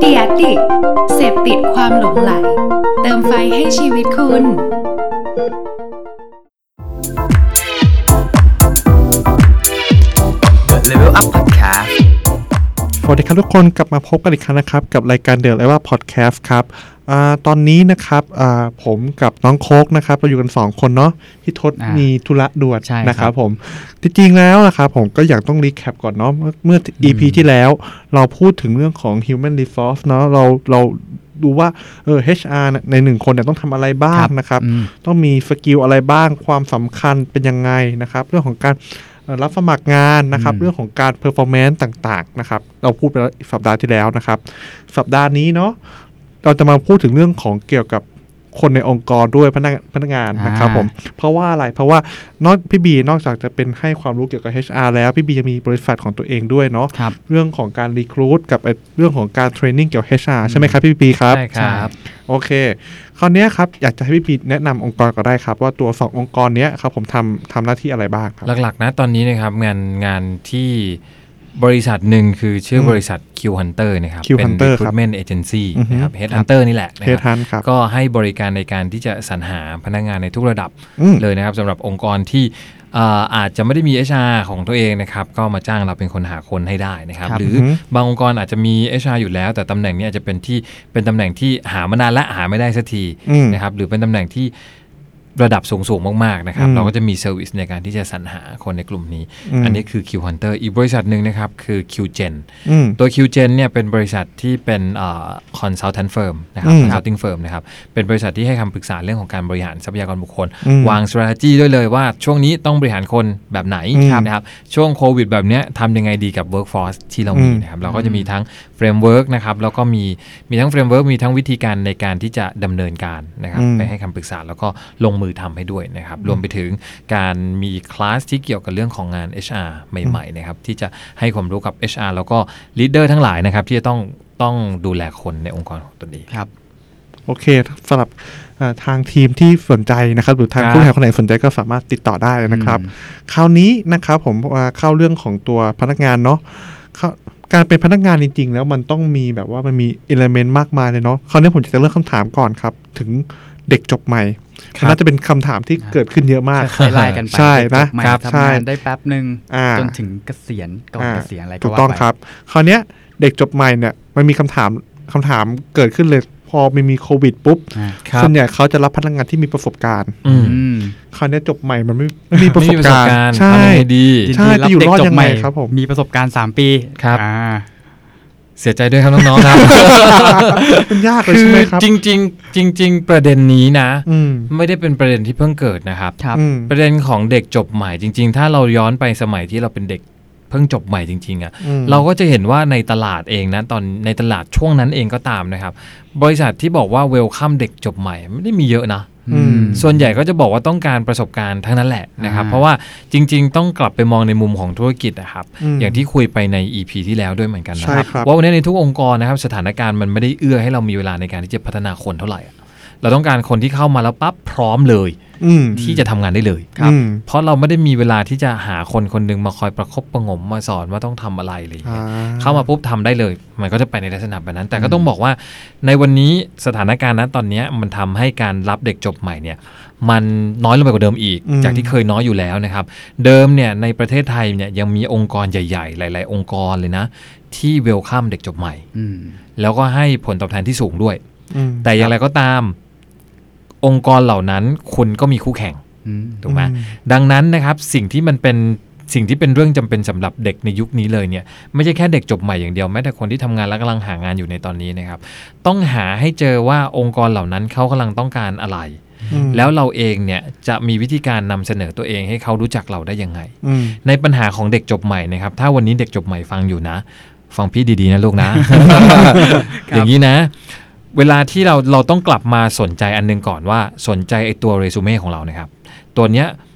The Addict เสพติดความหลงใหลเติมไฟให้ชีวิตคุณ Level Up Podcast สวัสดีครับทุกคนกลับมาพบกันอีกครั้งนะครับกับรายการ The Level Up Podcast ครับตอนนี้นะครับผมกับน้องโค้กนะครับเราอยู่กัน2คนเนาะพี่ทศมีธุระด่วนนะครับผมจริงๆแล้วนะครับผมก็อยากต้องรีแคปก่อนเนาะเมื่อ EP ที่แล้วเราพูดถึงเรื่องของ Human Resource เนาะเราดูว่าHR ใน1คนเนี่ยต้องทำอะไรบ้างนะครับต้องมีสกิลอะไรบ้างความสำคัญเป็นยังไงนะครับเรื่องของการรับสมัครงานนะครับเรื่องของการ performance ต่างๆนะครับเราพูดไปแล้วสัปดาห์ที่แล้วนะครับสัปดาห์นี้เนาะเราจะมาพูดถึงเรื่องของเกี่ยวกับคนในองค์กรด้วยพนักงานนะครับผมเพราะว่าอะไรเพราะว่านอกพี่บีนอกจากจะเป็นให้ความรู้เกี่ยวกับ HR แล้วพี่บีจะมีบริษัทของตัวเองด้วยเนาะเรื่องของการรีครูทกับเรื่องของการเทรนนิ่งเกี่ยวกับ HR ใช่ไหมครับพี่บีครับใช่ครับโอเคคราวนี้ครับอยากจะให้พี่บีแนะนำองค์กรก็ได้ครับว่าตัว2องค์กรนี้ครับผมทำหน้าที่อะไรบ้างครับหลักๆนะตอนนี้นะครับงานที่บริษัทหนึ่งคือชื่อบริษัท Q Hunter นะครับเป็น recruitment agency นะครับ Head Hunter นี่แหละนะครับก็ให้บริการในการที่จะสรรหาพนักงานในทุกระดับเลยนะครับสำหรับองค์กรที่อาจจะไม่ได้มี HR ของตัวเองนะครับก็มาจ้างเราเป็นคนหาคนให้ได้นะครับหรือบางองค์กรอาจจะมี HR อยู่แล้วแต่ตำแหน่งนี้อาจจะเป็นตำแหน่งที่หามานานและหาไม่ได้สักทีนะครับหรือเป็นตำแหน่งที่ระดับสูงมากๆนะครับเราก็จะมีเซอร์วิสในการที่จะสรรหาคนในกลุ่มนี้อันนี้คือ Q Hunter อีกบริษัทหนึ่งนะครับคือ QGen ตัว QGen เนี่ยเป็นบริษัทที่เป็นconsultant firm นะครับ consulting firm นะครับเป็นบริษัทที่ให้คำปรึกษาเรื่องของการบริหารทรัพยากรบุคคลวาง strategy ด้วยเลยว่าช่วงนี้ต้องบริหารคนแบบไหนนะครับช่วงโควิดแบบนี้ทำยังไงดีกับ workforce ที่เรามีนะครับเราก็จะมีทั้ง framework นะครับแล้วก็มีทั้ง framework มีทั้งวิธีการในการที่จะดำเนินการนะครับไปให้คำปรึกษาแล้วก็ลงมือทำให้ด้วยนะครับรวมไปถึงการมีคลาสที่เกี่ยวกับเรื่องของงาน HR ใหม่ๆนะครับที่จะให้ความรู้กับ HR แล้วก็ลีดเดอร์ทั้งหลายนะครับที่จะต้องดูแลคนในองค์กรของตนเองครับโอเคสำหรับทางทีมที่สนใจนะครับหรือทางผู้บริหารคนไหนสนใจก็สามารถติดต่อได้นะครับคราวนี้นะครับผมเข้าเรื่องของตัวพนักงานเนาะการเป็นพนักงานจริงๆแล้วมันต้องมีแบบว่ามันมีอิเลเมนต์มากมายเลยเนาะคราวนี้ผมจะเริ่มคำถามก่อนครับถึงเด็กจบใหม่น่าจะเป็นคำถามที่เกิดขึ้นเยอะมากไล่กันไปใช่นะทำงานได้แป๊บนึงจนถึงเกษียณก่อนเกษียณอะไรก็ว่าไปถูกต้องครับคราวนี้เด็กจบใหม่เนี่ยมันมีคำถามเกิดขึ้นเลยพอมันมีโควิดปุ๊บส่วนใหญ่เขาจะรับพนักงานที่มีประสบการณ์คราวนี้จบใหม่มันไม่มีประสบการณ์ใช่ใช่จะอยู่รอดยังไงครับผมมีประสบการณ์3ปีครับเสียใจด้วยครับน้องๆครับมันยากเลยใช่ไหมครับจริงประเด็นนี้นะไม่ได้เป็นประเด็นที่เพิ่งเกิดนะครับประเด็นของเด็กจบใหม่จริงๆถ้าเราย้อนไปสมัยที่เราเป็นเด็กเพิ่งจบใหม่จริงๆอ่ะเราก็จะเห็นว่าในตลาดเองนะตอนในตลาดช่วงนั้นเองก็ตามนะครับบริษัทที่บอกว่าเวลคัมเด็กจบใหม่ไม่ได้มีเยอะนะส่วนใหญ่ก็จะบอกว่าต้องการประสบการณ์ทั้งนั้นแหละนะครับเพราะว่าจริงๆต้องกลับไปมองในมุมของธุรกิจนะครับอย่างที่คุยไปใน EP ที่แล้วด้วยเหมือนกันนะครับว่าวันนี้ในทุกองค์กรนะครับสถานการณ์มันไม่ได้เอื้อให้เรามีเวลาในการที่จะพัฒนาคนเท่าไหร่เราต้องการคนที่เข้ามาแล้วปั๊บพร้อมเลยที่จะทำงานได้เลยเพราะเราไม่ได้มีเวลาที่จะหาคนคนนึงมาคอยประคบประงมมาสอนว่าต้องทำอะไรเลยเข้ามาปุ๊บทำได้เลยมันก็จะไปในลักษณะแบบนั้นแต่ก็ต้องบอกว่าในวันนี้สถานการณ์นั้นตอนนี้มันทำให้การรับเด็กจบใหม่เนี่ยมันน้อยลงไปกว่าเดิมอีกจากที่เคยน้อยอยู่แล้วนะครับเดิมเนี่ยในประเทศไทยเนี่ยยังมีองค์กรใหญ่ๆหลายๆองค์กรเลยนะที่เวลคัมเด็กจบใหม่แล้วก็ให้ผลตอบแทนที่สูงด้วยแต่อย่างไรก็ตามองค์กรเหล่านั้นคุณก็มีคู่แข่งถูกไหมดังนั้นนะครับสิ่งที่เป็นเรื่องจำเป็นสำหรับเด็กในยุคนี้เลยเนี่ยไม่ใช่แค่เด็กจบใหม่อย่างเดียวแม้แต่คนที่ทำงานและกำลังหางานอยู่ในตอนนี้นะครับต้องหาให้เจอว่าองค์กรเหล่านั้นเขากำลังต้องการอะไรแล้วเราเองเนี่ยจะมีวิธีการนำเสนอตัวเองให้เขารู้จักเราได้ยังไงในปัญหาของเด็กจบใหม่นะครับถ้าวันนี้เด็กจบใหม่ฟังอยู่นะฟังพี่ดีๆนะลูกนะ อย่างนี้นะเวลาที่เราต้องกลับมาสนใจอันนึงก่อนว่าสนใจไอ้ตัวเรซูเม่ของเรานะครับตัวเนี้ย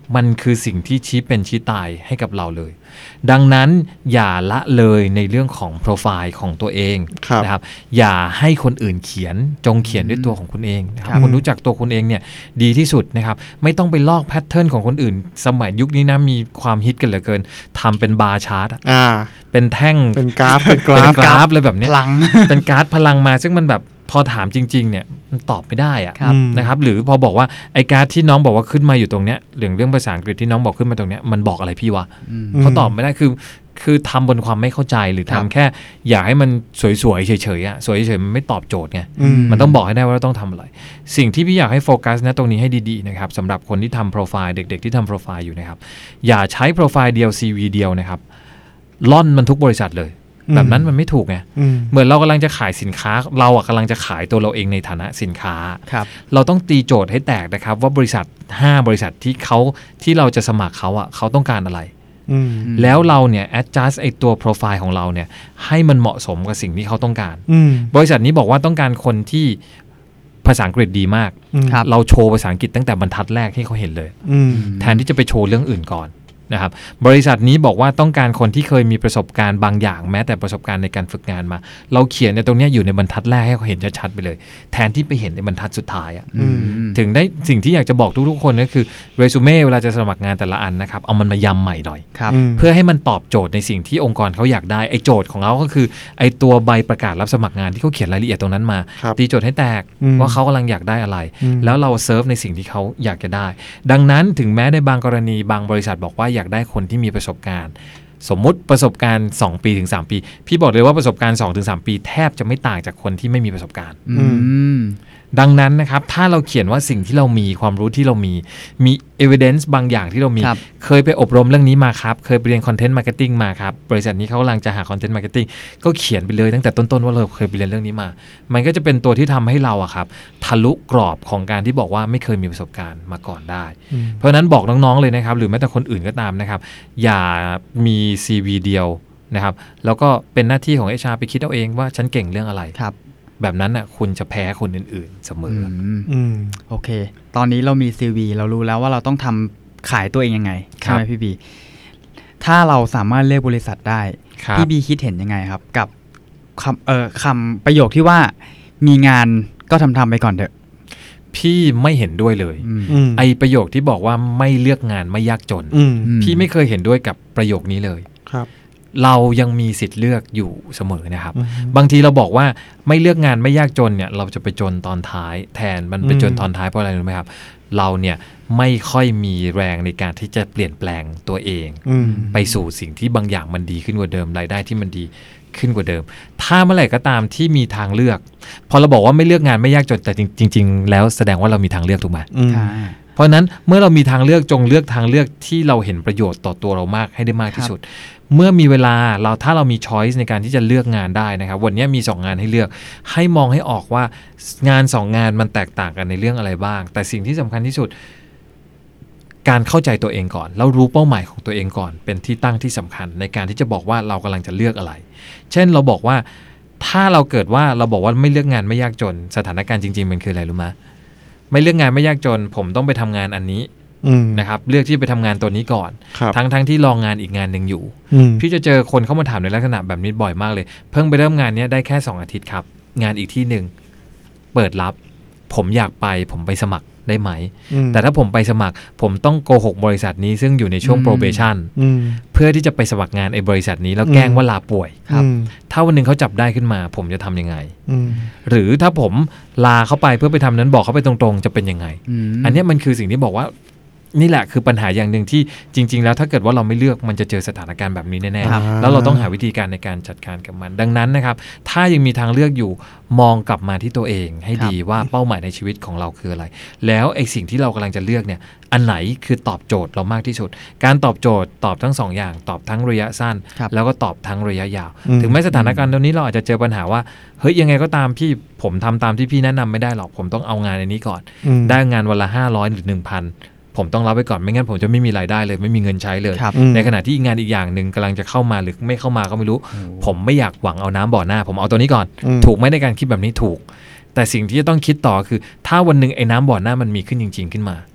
มันคือสิ่งที่ชี้เป็นชี้ตายให้กับเราเลยดังนั้นอย่าละเลยในเรื่องของโปรไฟล์ของตัวเองนะครับอย่าให้คนอื่นเขียนจงเขียนด้วยตัวของคุณเองนะครับคุณรู้จักตัวคุณเองเนี่ยดีที่สุดนะครับไม่ต้องไปลอกแพทเทิร์นของคนอื่นสมัยยุคนี้นะมีความฮิตกันเหลือเกินทำเป็นบาร์ชาร์ตเป็นแท่งเป็นกราฟเป็นกราฟเลยแบบนี้เป็นกราฟพลังมาซึ่งมันแบบพอถามจริงๆเนี่ยมันตอบไม่ได้อะนะครับหรือพอบอกว่าไอ้การ์ดที่น้องบอกว่าขึ้นมาอยู่ตรงเนี้ยเรื่องภาษาอังกฤษที่น้องบอกขึ้นมาตรงเนี้ยมันบอกอะไรพี่วะเขาตอบไม่ได้คือทำบนความไม่เข้าใจหรือทำแค่อยากให้มันสวยๆเฉยๆอะสวยเฉยๆมันไม่ตอบโจทย์ไงมันต้องบอกให้ได้ว่าเราต้องทำอะไรสิ่งที่พี่อยากให้โฟกัสนะตรงนี้ให้ดีๆนะครับสำหรับคนที่ทำโปรไฟล์เด็กๆที่ทำโปรไฟล์อยู่นะครับอย่าใช้โปรไฟล์เดียว CV เดียวนะครับล่อนมันทุกบริษัทเลยแบบนั้นมันไม่ถูกไงเหมือนเรากำลังจะขายสินค้าเรากำลังจะขายตัวเราเองในฐานะสินค้าเราต้องตีโจทย์ให้แตกนะครับว่าบริษัท5บริษัทที่เราจะสมัครเขาต้องการอะไรแล้วเราเนี่ย adjust ไอตัวโปรไฟล์ของเราเนี่ยให้มันเหมาะสมกับสิ่งที่เขาต้องการบริษัทนี้บอกว่าต้องการคนที่ภาษาอังกฤษดีมากเราโชว์ภาษาอังกฤษตั้งแต่บรรทัดแรกที่เขาเห็นเลยแทนที่จะไปโชว์เรื่องอื่นก่อนนะครับบริษัทนี้บอกว่าต้องการคนที่เคยมีประสบการณ์บางอย่างแม้แต่ประสบการณ์ในการฝึกงานมาเราเขียนในตรงนี้อยู่ในบรรทัดแรกให้เขาเห็นชัดๆไปเลยแทนที่ไปเห็นในบรรทัดสุดท้ายถึงได้สิ่งที่อยากจะบอกทุกๆคนก็คือเรซูเม่เวลาจะสมัครงานแต่ละอันนะครับเอามันมายำใหม่หน่อยเพื่อให้มันตอบโจทย์ในสิ่งที่องค์กรเขาอยากได้ไอ้โจทย์ของเขาก็คือไอ้ตัวใบประกาศรับสมัครงานที่เขาเขียนรายละเอียดตรงนั้นมาตีโจทย์ให้แตกว่าเขากำลังอยากได้อะไรแล้วเราเซิร์ฟในสิ่งที่เขาอยากจะได้ดังนั้นถึงแม้ในบางกรณีบางบริษัทบอกว่าอยากได้คนที่มีประสบการณ์สมมุติประสบการณ์2ปีถึง3ปีพี่บอกเลยว่าประสบการณ์2ถึง3ปีแทบจะไม่ต่างจากคนที่ไม่มีประสบการณ์ดังนั้นนะครับถ้าเราเขียนว่าสิ่งที่เรามีความรู้ที่เรามี evidence บางอย่างที่เรามีเคยไปอบรมเรื่องนี้มาครับเคยไปเรียน content marketing มาครับบริษัทนี้เขากำลังจะหา content marketing ก็เขียนไปเลยตั้งแต่ต้นๆว่าเราเคยไปเรียนเรื่องนี้มามันก็จะเป็นตัวที่ทำให้เราอะครับทะลุกรอบของการที่บอกว่าไม่เคยมีประสบการณ์มาก่อนได้เพราะฉะนั้นบอกน้องๆเลยนะครับหรือแม้แต่คนอื่นก็ตามนะครับอย่ามี CV เดียวนะครับแล้วก็เป็นหน้าที่ของ HR ไปคิดเอาเองว่าฉันเก่งเรื่องอะไรแบบนั้นน่ะคุณจะแพ้คนอื่นๆเสมอโอเคตอนนี้เรามี CV เรารู้แล้วว่าเราต้องทำขายตัวเองยังไงใช่ไหมพี่บีถ้าเราสามารถเลือกบริษัทได้พี่บีคิดเห็นยังไงครับกับคำประโยคที่ว่ามีงานก็ทำไปก่อนเถอะพี่ไม่เห็นด้วยเลยไอประโยคที่บอกว่าไม่เลือกงานไม่ยากจนพี่ไม่เคยเห็นด้วยกับประโยคนี้เลยครับเรายังมีสิทธิ์เลือกอยู่เสมอนะครับบางทีเราบอกว่าไม่เลือกงานไม่ยากจนเนี่ยเราจะไปจนตอนท้ายแทนมันไปจนตอนท้ายเพราะอะไรรู้ไหมครับเราเนี่ยไม่ค่อยมีแรงในการที่จะเปลี่ยนแปลงตัวเองไปสู่สิ่งที่บางอย่างมันดีขึ้นกว่าเดิมรายได้ที่มันดีขึ้นกว่าเดิมถ้าเมื่อไหร่ก็ตามที่มีทางเลือกพอเราบอกว่าไม่เลือกงานไม่ยากจนแต่จริงๆแล้วแสดงว่าเรามีทางเลือกถูกไหมเพราะนั้นเมื่อเรามีทางเลือกจงเลือกทางเลือกที่เราเห็นประโยชน์ต่อตัวเรามากให้ได้มากที่สุดเมื่อมีเวลาถ้าเรามีช้อยส์ในการที่จะเลือกงานได้นะครับวันนี้มี2งานให้เลือกให้มองให้ออกว่างาน2งานมันแตกต่างกันในเรื่องอะไรบ้างแต่สิ่งที่สำคัญที่สุดการเข้าใจตัวเองก่อนแล้วรู้เป้าหมายของตัวเองก่อนเป็นที่ตั้งที่สำคัญในการที่จะบอกว่าเรากำลังจะเลือกอะไรเช่นเราบอกว่าถ้าเราเกิดว่าเราบอกว่าไม่เลือกงานไม่ยากจนสถานการณ์จริงๆมันคืออะไรรู้ไหมไม่เลือกงานไม่ยากจนผมต้องไปทำงานอันนี้นะครับเลือกที่ไปทำงานตัวนี้ก่อนทั้งที่ลองงานอีกงานหนึ่งอยู่พี่จะเจอคนเข้ามาถามในลักษณะแบบนี้บ่อยมากเลยเพิ่งไปเริ่มงานนี้ได้แค่2 อาทิตย์ครับงานอีกที่หนึ่งเปิดรับผมอยากไปผมไปสมัครได้ไหมแต่ถ้าผมไปสมัครผมต้องโกหกบริษัทนี้ซึ่งอยู่ในช่วง probation เพื่อที่จะไปสมัครงานไอ้บริษัทนี้แล้วแกล้งว่าลาป่วยถ้าวันหนึ่งเขาจับได้ขึ้นมาผมจะทำยังไงหรือถ้าผมลาเขาไปเพื่อไปทำนั้นบอกเขาไปตรงๆจะเป็นยังไงอันนี้มันคือสิ่งที่บอกว่านี่แหละคือปัญหาอย่างหนึ่งที่จริงๆแล้วถ้าเกิดว่าเราไม่เลือกมันจะเจอสถานการณ์แบบนี้แน่ๆแล้วเราต้องหาวิธีการในการจัดการกับมันดังนั้นนะครับถ้ายังมีทางเลือกอยู่มองกลับมาที่ตัวเองให้ดีว่าเป้าหมายในชีวิตของเราคืออะไรแล้วไอ้สิ่งที่เรากำลังจะเลือกเนี่ยอันไหนคือตอบโจทย์เรามากที่สุดการตอบโจทย์ตอบทั้ง2 อย่างตอบทั้งระยะสั้นแล้วก็ตอบทั้งระยะยาวถึงแม้สถานการณ์ตรงนี้เราอาจจะเจอปัญหาว่าเฮ้ยยังไงก็ตามพี่ผมทำตามที่พี่แนะนำไม่ได้หรอกผมต้องเอางานในนี้ก่อนได้งานวันละ500หรือ 1,000ผมต้องรับไปก่อนไม่งั้นผมจะไม่มีรายได้เลยไม่มีเงินใช้เลยในขณะที่งานอีกอย่างหนึ่งกำลังจะเข้ามาหรือไม่เข้ามาก็ไม่รู้ผมไม่อยากหวังเอาน้ำบ่อหน้าผมเอาตัวนี้ก่อนถูกไหมในการคิดแบบนี้ถูกแต่สิ่งที่จะต้องคิดต่อคือถ้าวันหนึ่งไอ้น้ำบ่อหน้ามันมีขึ้นจริงๆขึ้นมา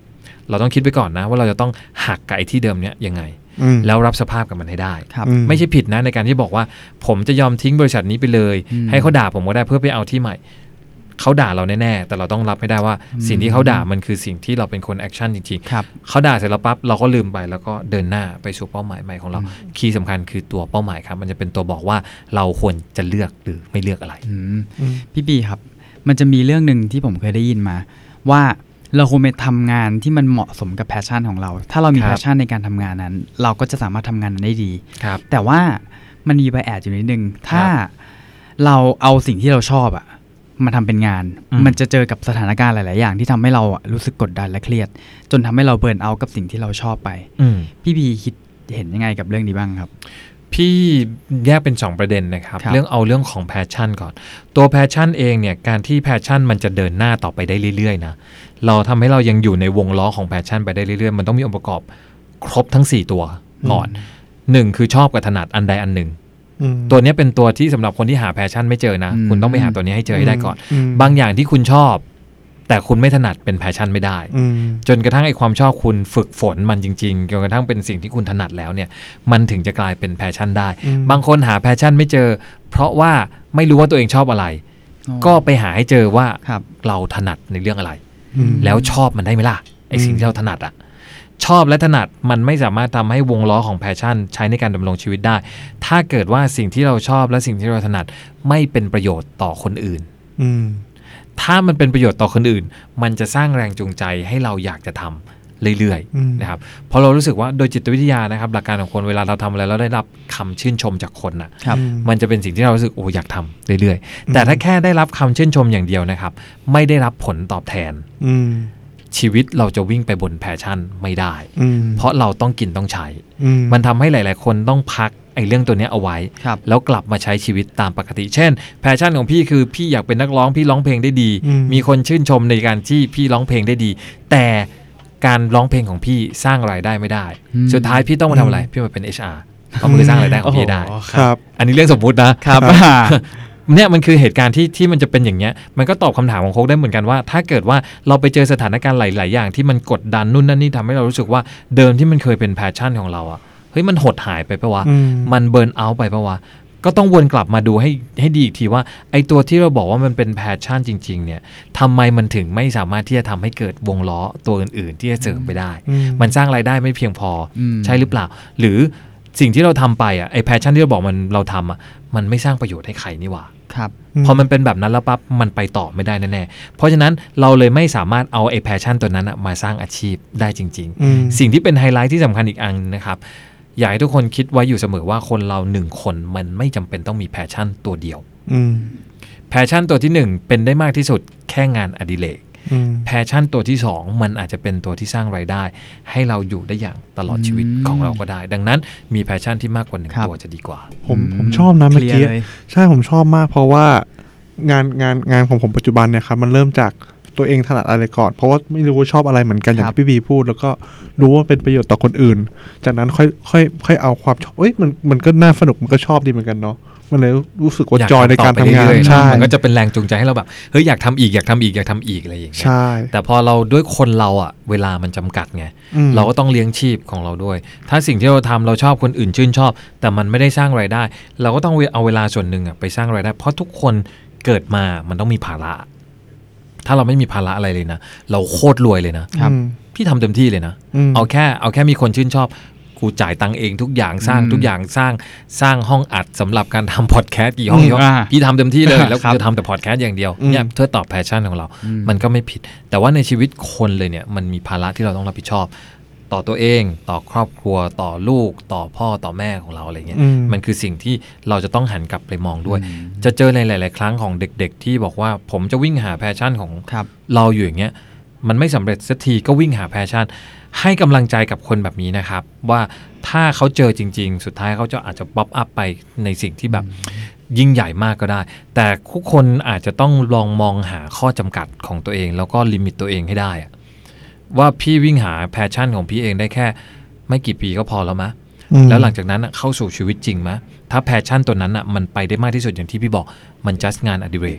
เราต้องคิดไปก่อนนะว่าเราจะต้องหักกับไอ้ที่เดิมเนี้ยยังไงแล้วรับสภาพกับมันให้ได้ไม่ใช่ผิดนะในการที่บอกว่าผมจะยอมทิ้งบริษัทนี้ไปเลยให้เขาด่าผมก็ได้เพื่อไปเอาที่ใหม่เขาด่าเราแน่ๆแต่เราต้องรับให้ได้ว่าสิ่งที่เขาด่ามันคือสิ่งที่เราเป็นคนแอคชั่นจริงๆเขาด่าเสร็จแล้วปั๊บเราก็ลืมไปแล้วก็เดินหน้าไปสู่เป้าหมายใหม่ของเราคีย์สำคัญคือตัวเป้าหมายครับมันจะเป็นตัวบอกว่าเราควรจะเลือกหรือไม่เลือกอะไรพี่บีครับมันจะมีเรื่องนึงที่ผมเคยได้ยินมาว่าเราควรไปทำงานที่มันเหมาะสมกับแพชชั่นของเราถ้าเรามีแพชชั่นในการทำงานนั้นเราก็จะสามารถทำงานนั้นได้ดีแต่ว่ามันมีไบแอสอยู่นิดนึงถ้าเราเอาสิ่งที่เราชอบอะมาทำเป็นงานมันจะเจอกับสถานการณ์หลายๆอย่างที่ทำให้เรารู้สึกกดดันและเครียดจนทำให้เราเบิร์นเอาท์กับสิ่งที่เราชอบไปพี่บีคิดเห็นยังไงกับเรื่องนี้บ้างครับพี่แยกเป็น2ประเด็นนะครับเรื่องของแพชชั่นก่อนตัวแพชชั่นเองเนี่ยการที่แพชชั่นมันจะเดินหน้าต่อไปได้เรื่อยๆนะเราทำให้เรายังอยู่ในวงล้อของแพชชั่นไปได้เรื่อยๆมันต้องมีองค์ประกอบครบทั้ง4ตัวก่อน1คือชอบกับถนัดอันใดอันหนึ่งตัวนี้เป็นตัวที่สำหรับคนที่หาแพชชั่นไม่เจอนะคุณต้องไปหาตัวนี้ให้เจอให้ได้ก่อนบางอย่างที่คุณชอบแต่คุณไม่ถนัดเป็นแพชชั่นไม่ได้จนกระทั่งไอ้ความชอบคุณฝึกฝนมันจริงๆจนกระทั่งเป็นสิ่งที่คุณถนัดแล้วเนี่ยมันถึงจะกลายเป็นแพชชั่นได้บางคนหาแพชชั่นไม่เจอเพราะว่าไม่รู้ว่าตัวเองชอบอะไรก็ไปหาให้เจอว่าเราถนัดในเรื่องอะไรแล้วชอบมันได้ไหมล่ะไอ้สิ่งที่เราถนัดอะชอบและถนัดมันไม่สามารถทำให้วงล้อของแพชชั่นใช้ในการดำรงชีวิตได้ถ้าเกิดว่าสิ่งที่เราชอบและสิ่งที่เราถนัดไม่เป็นประโยชน์ต่อคนอื่นถ้ามันเป็นประโยชน์ต่อคนอื่นมันจะสร้างแรงจูงใจให้เราอยากจะทำเรื่อยๆนะครับเพราะเรารู้สึกว่าโดยจิตวิทยานะครับหลักการของคนเวลาเราทำอะไรแล้วได้รับคำชื่นชมจากคนนะมันจะเป็นสิ่งที่เรารู้สึกอยากทำเรื่อยๆแต่ถ้าแค่ได้รับคำชื่นชมอย่างเดียวนะครับไม่ได้รับผลตอบแทนชีวิตเราจะวิ่งไปบนแพชชั่นไม่ได้เพราะเราต้องกินต้องใช้มันทำให้หลายๆคนต้องพักไอ้เรื่องตัวนี้เอาไว้แล้วกลับมาใช้ชีวิตตามปกติเช่นแพชชั่นของพี่คือพี่อยากเป็นนักร้องพี่ร้องเพลงได้ดีมีคนชื่นชมในการที่พี่ร้องเพลงได้ดีแต่การร้องเพลงของพี่สร้างรายได้ไม่ได้สุดท้ายพี่ต้องมาทำอะไรพี่มาเป็น HR เพราะมันคือสร้างรายได้ของพี่ได้อันนี้เรื่องสมมุตินะครับเนี่ยมันคือเหตุการณ์ที่มันจะเป็นอย่างเงี้ยมันก็ตอบคำถามของโค้กได้เหมือนกันว่าถ้าเกิดว่าเราไปเจอสถานการณ์หลายๆอย่างที่มันกดดันนู่นนั่นนี่ทำให้เรารู้สึกว่าเดิมที่มันเคยเป็นแพชชั่นของเราอะเฮ้ยมันหดหายไปปะวะมันเบิร์นเอาท์ไปปะวะก็ต้องวนกลับมาดูให้ดีอีกทีว่าไอ้ตัวที่เราบอกว่ามันเป็นแพชชั่นจริงๆเนี่ยทำไมมันถึงไม่สามารถที่จะทำให้เกิดวงล้อตัวอื่นๆที่จะเสริมไปได้มันสร้างรายได้ไม่เพียงพอใช่หรือเปล่าหรือสิ่งที่เราทำไปอ่ะไอ้แพชชั่นที่เราบอกเราทำอ่ะมันไม่สร้างประโยชน์ให้ใครนี่หว่าพอมันเป็นแบบนั้นแล้วปั๊บมันไปต่อไม่ได้แน่ๆเพราะฉะนั้นเราเลยไม่สามารถเอาไอ้แพชชั่นตัวนั้นมาสร้างอาชีพได้จริงๆสิ่งที่เป็นไฮไลท์ที่สำคัญอีกอันนะครับอยากให้ทุกคนคิดไว้อยู่เสมอว่าคนเรา1คนมันไม่จำเป็นต้องมีแพชชั่นตัวเดียวแพชชั่นตัวที่1เป็นได้มากที่สุดแค่งานอดิเรกแพชชั่นตัวที่2มันอาจจะเป็นตัวที่สร้างรายได้ให้เราอยู่ได้อย่างตลอดชีวิตของเราก็ได้ดังนั้นมีแพชชั่นที่มากกว่า1ตัวจะดีกว่าผมชอบนะเมื่อกี้ใช่ผมชอบมากเพราะว่างานของผมปัจจุบันเนี่ยครับมันเริ่มจากตัวเองถนัดอะไรก่อนเพราะว่าไม่รู้ว่าชอบอะไรเหมือนกันอย่างพี่บีพูดแล้วก็รู้ว่าเป็นประโยชน์ต่อคนอื่นจากนั้นค่อยเอาความชอบมันก็น่าสนุกมันก็ชอบดีเหมือนกันเนาะมันเลยรู้สึกว่าจอยในการทำงานใช่มันก็จะเป็นแรงจูงใจให้เราแบบเฮ้ยอยากทำอีกอะไรอย่างเงี้ยแต่พอเราด้วยคนเราอ่ะเวลามันจำกัดไงเราก็ต้องเลี้ยงชีพของเราด้วยถ้าสิ่งที่เราทำเราชอบคนอื่นชื่นชอบแต่มันไม่ได้สร้างรายได้เราก็ต้องเอาเวลาส่วนหนึ่งไปสร้างรายได้เพราะทุกคนเกิดมามันต้องมีภาระถ้าเราไม่มีภาระอะไรเลยนะเราโคตรรวยเลยนะครับพี่ทำเต็มที่เลยนะเอาแค่มีคนชื่นชอบกูจ่ายตังค์เองทุกอย่างสร้างทุกอย่างสร้างห้องอัดสำหรับการทำพอดแคสต์กี่ห้องพี่ทำเต็มที่เลยแล้วจะทำแต่พอดแคสต์อย่างเดียวเนี่ยเพื่อตอบแพชชั่นของเรามันก็ไม่ผิดแต่ว่าในชีวิตคนเลยเนี่ยมันมีภาระที่เราต้องรับผิดชอบต่อตัวเองต่อครอบครัวต่อลูกต่อพ่อต่อแม่ของเราอะไรเงี้ยมันคือสิ่งที่เราจะต้องหันกลับไปมองด้วยจะเจอในหลายๆครั้งของเด็กๆที่บอกว่าผมจะวิ่งหาแพชชั่นของเราอยู่อย่างเงี้ยมันไม่สำเร็จสักทีก็วิ่งหาแพชชั่นให้กำลังใจกับคนแบบนี้นะครับว่าถ้าเขาเจอจริงๆสุดท้ายเขาจะอาจจะป๊อปอัพไปในสิ่งที่แบบยิ่งใหญ่มากก็ได้แต่ทุกคนอาจจะต้องลองมองหาข้อจำกัดของตัวเองแล้วก็ลิมิตตัวเองให้ได้ว่าพี่วิ่งหาแพชชั่นของพี่เองได้แค่ไม่กี่ปีก็พอแล้วมะแล้วหลังจากนั้นเข้าสู่ชีวิตจริงมะถ้าแพชชั่นตัวนั้นมันไปได้มากที่สุดอย่างที่พี่บอกมัน just งานอดิเรก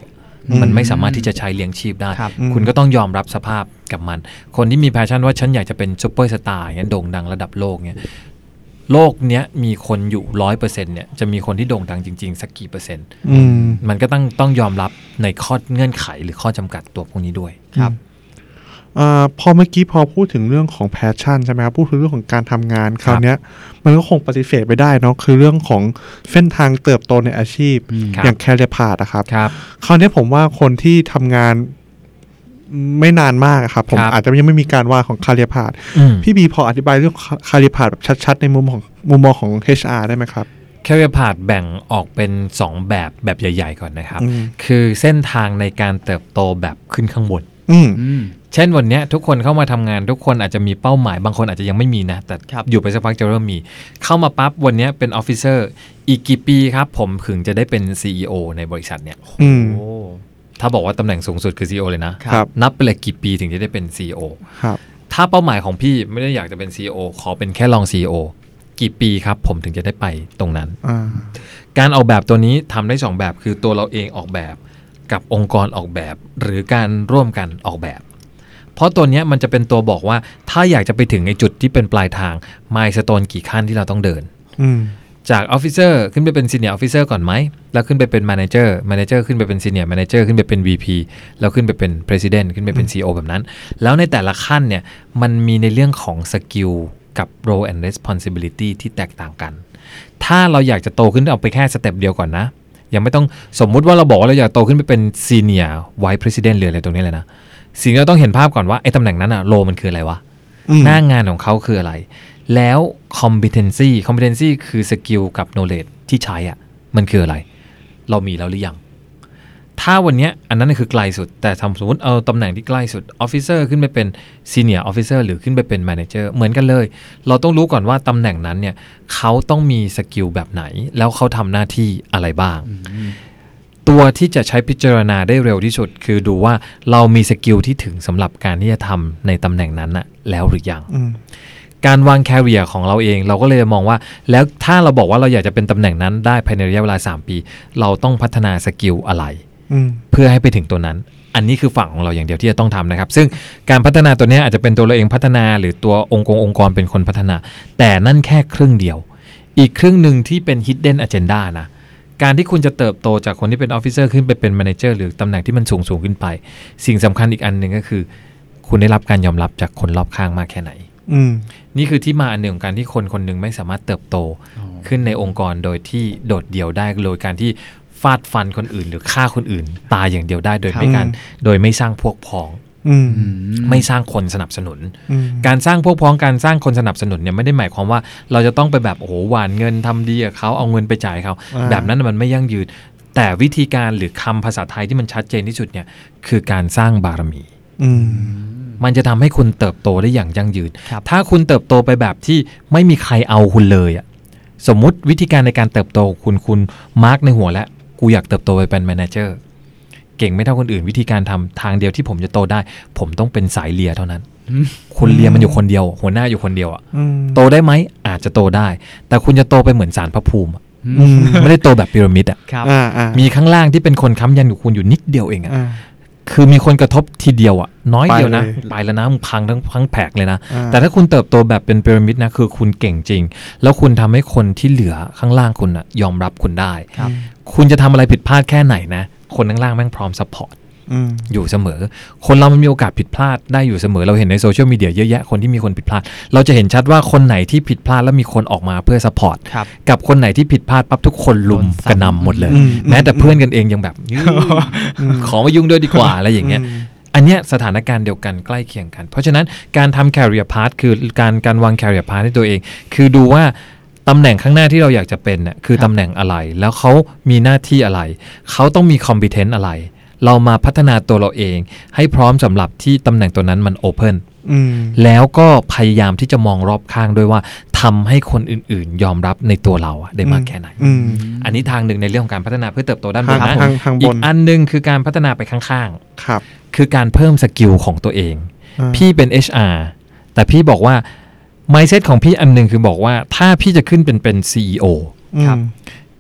มันไม่สามารถที่จะใช้เลี้ยงชีพได้คุณก็ต้องยอมรับสภาพกับมันคนที่มีแพชชั่นว่าฉันอยากจะเป็นซุปเปอร์สตาร์อย่างโด่งดังระดับโลกเนี่ยโลกเนี้ยมีคนอยู่ 100% เนี่ยจะมีคนที่โด่งดังจริงๆสักกี่เปอร์เซ็นต์มันก็ต้องยอมรับในข้อเงื่อนไขหรือข้อจำกัดตัวพวกนี้ด้วยครับพอเมื่อกี้พอพูดถึงเรื่องของแพชชั่นใช่ไหมครับพูดถึงเรื่องของการทำงานคราวนี้มันก็คงปฏิเสธไม่ได้เนาะคือเรื่องของเส้นทางเติบโตในอาชีพอย่างแคเรียร์พาธนะครับคราวนี้ผมว่าคนที่ทำงานไม่นานมากครับผมอาจจะยังไม่มีการว่าของคาเรียร์พาธพี่บีพออธิบายเรื่องคาเรียร์พาธแบบชัดๆในมุมมองของ HR ได้ไหมครับแคเรียร์พาธแบ่งออกเป็น2แบบใหญ่ๆก่อนนะครับคือเส้นทางในการเติบโตแบบขึ้นข้างบนเช่นวันนี้ทุกคนเข้ามาทำงานทุกคนอาจจะมีเป้าหมายบางคนอาจจะยังไม่มีนะแต่อยู่ไปสักพักจะเริ่มมีเข้ามาปั๊บวันนี้เป็นออฟฟิเซอร์อีกกี่ปีครับผมถึงจะได้เป็น CEO ในบริษัทเนี่ยถ้าบอกว่าตำแหน่งสูงสุดคือ CEO เลยนะนับไปเลยกี่ปีถึงจะได้เป็น CEO ถ้าเป้าหมายของพี่ไม่ได้อยากจะเป็น CEO ขอเป็นแค่รอง CEO กี่ปีครับผมถึงจะได้ไปตรงนั้นการออกแบบตัวนี้ทำได้2แบบคือตัวเราเองออกแบบกับองค์กรออกแบบหรือการร่วมกันออกแบบเพราะตัวนี้มันจะเป็นตัวบอกว่าถ้าอยากจะไปถึงในจุดที่เป็นปลายทางมายสโตนกี่ขั้นที่เราต้องเดินจากออฟฟิเซอร์ขึ้นไปเป็นซีเนียร์ออฟฟิเซอร์ก่อนไหมแล้วขึ้นไปเป็นแมเนเจอร์ขึ้นไปเป็นซีเนียร์แมเนเจอร์ขึ้นไปเป็น VP แล้วขึ้นไปเป็น President ขึ้นไปเป็น CEO แบบนั้นแล้วในแต่ละขั้นเนี่ยมันมีในเรื่องของสกิลกับ role and responsibility ที่แตกต่างกันถ้าเราอยากจะโตขึ้นเอาไปแค่สเต็ปเดียวก่อนนะยังไม่ต้องสมมุติว่าเราบอกว่าเราอยากโตขึ้นไปเป็น Senior Vice President หรืออะไรตรงนี้เลยนะสิ่งที่เราต้องเห็นภาพก่อนว่าไอ้ตำแหน่งนั้นอะโลมันคืออะไรวะหน้างานของเขาคืออะไรแล้ว competency คือสกิลกับ knowledge ที่ใช้อะมันคืออะไรเรามีแล้วหรือยังถ้าวันนี้อันนั้นคือไกลสุดแต่สมมติเอาตำแหน่งที่ใกล้สุด officer ขึ้นไปเป็น senior officer หรือขึ้นไปเป็น manager เหมือนกันเลยเราต้องรู้ก่อนว่าตำแหน่งนั้นเนี่ยเขาต้องมีสกิลแบบไหนแล้วเขาทำหน้าที่อะไรบ้างตัวที่จะใช้พิจารณาได้เร็วที่สุดคือดูว่าเรามีสกิลที่ถึงสำหรับการที่จะทำในตำแหน่งนั้นน่ะแล้วหรือยังการวางแคริเอร์ของเราเองเราก็เลยมองว่าแล้วถ้าเราบอกว่าเราอยากจะเป็นตำแหน่งนั้นได้ภายในระยะเวลา3ปีเราต้องพัฒนาสกิลอะไรเพื่อให้ไปถึงตัวนั้นอันนี้คือฝั่งของเราอย่างเดียวที่จะต้องทำนะครับซึ่งการพัฒนาตัวนี้อาจจะเป็นตัวเราเองพัฒนาหรือตัวองค์กรเป็นคนพัฒนาแต่นั่นแค่ครึ่งเดียวอีกครึ่งนึงที่เป็น hidden agenda นะการที่คุณจะเติบโตจากคนที่เป็นออฟฟิเซอร์ขึ้นไปเป็นแมเนเจอร์หรือตำแหน่งที่มันสูงขึ้นไปสิ่งสำคัญอีกอันหนึ่งก็คือคุณได้รับการยอมรับจากคนรอบข้างมากแค่ไหนนี่คือที่มาอันหนึ่งของการที่คนหนึ่งไม่สามารถเติบโตขึ้นในองค์กรโดยที่โดดเดี่ยวได้โดยการที่ฟาดฟันคนอื่นหรือฆ่าคนอื่นตายอย่างเดียวได้โดยไม่สร้างพวกพ้องไม่สร้างคนสนับสนุนการสร้างพวกพ้องการสร้างคนสนับสนุนเนี่ยไม่ได้หมายความว่าเราจะต้องไปแบบโอ้โหหวานเงินทำดีกับเขาเอาเงินไปจ่ายเขาแบบนั้นมันไม่ยั่งยืนแต่วิธีการหรือคำภาษาไทยที่มันชัดเจนที่สุดเนี่ยคือการสร้างบารมีมันจะทำให้คุณเติบโตได้อย่างยั่งยืนถ้าคุณเติบโตไปแบบที่ไม่มีใครเอาคุณเลยอ่ะสมมุติวิธีการในการเติบโตคุณมาร์กในหัวแล้วกูอยากเติบโตไปเป็นแมเนเจอร์เก่งไม่เท่าคนอื่นวิธีการทำทางเดียวที่ผมจะโตได้ผมต้องเป็นสายเลียเท่านั้นคุณเลียมันอยู่คนเดียวหัวหน้าอยู่คนเดียวอ่ะโตได้ไหมอาจจะโตได้แต่คุณจะโตไปเหมือนศาลพระภูมิไม่ได้โตแบบพีระมิดอ่ะมีข้างล่างที่เป็นคนค้ำยันอยู่คุณอยู่นิดเดียวเองอ่ะคือมีคนกระทบทีเดียวอ่ะน้อยเดียวนะไปแล้วนะมึงพังทั้งแผกเลยนะแต่ถ้าคุณเติบโตแบบเป็นพีระมิดนะคือคุณเก่งจริงแล้วคุณทำให้คนที่เหลือข้างล่างคุณอ่ะยอมรับคุณได้คุณจะทำอะไรผิดพลาดแค่ไหนนะคนข้างล่างแม่งพร้อมซัพพอร์ตอยู่เสมอคนเรามันมีโอกาสผิดพลาดได้อยู่เสมอเราเห็นในโซเชียลมีเดียเยอะแยะคนที่มีคนผิดพลาดเราจะเห็นชัดว่าคนไหนที่ผิดพลาดแล้วมีคนออกมาเพื่อซัพพอร์ตกับคนไหนที่ผิดพลาดปั๊บทุกคนลุมกระนำหมดเลยแม้แต่เพื่อนกันเองยังแบบขอมายุ่งด้วยดีกว่าอะไรอย่างเงี้ยอันเนี้ยสถานการณ์เดียวกันใกล้เคียงกันเพราะฉะนั้นการทำ career path คือการวาง career path ให้ตัวเองคือดูว่าตำแหน่งข้างหน้าที่เราอยากจะเป็นเนี่ยคือตำแหน่งอะไรแล้วเขามีหน้าที่อะไรเขาต้องมี competence อะไรเรามาพัฒนาตัวเราเองให้พร้อมสำหรับที่ตำแหน่งตัวนั้นมัน open แล้วก็พยายามที่จะมองรอบข้างด้วยว่าทำให้คนอื่นๆยอมรับในตัวเราได้มากแค่ไหนอันนี้ทางหนึ่งในเรื่องของการพัฒนาเพื่อเติบโตด้านบนนะอีกอันนึงคือการพัฒนาไปข้างๆคือการเพิ่มสกิลของตัวเองพี่เป็น HR แต่พี่บอกว่าmindset ของพี่อันนึงคือบอกว่าถ้าพี่จะขึ้นเป็น CEO ครับพ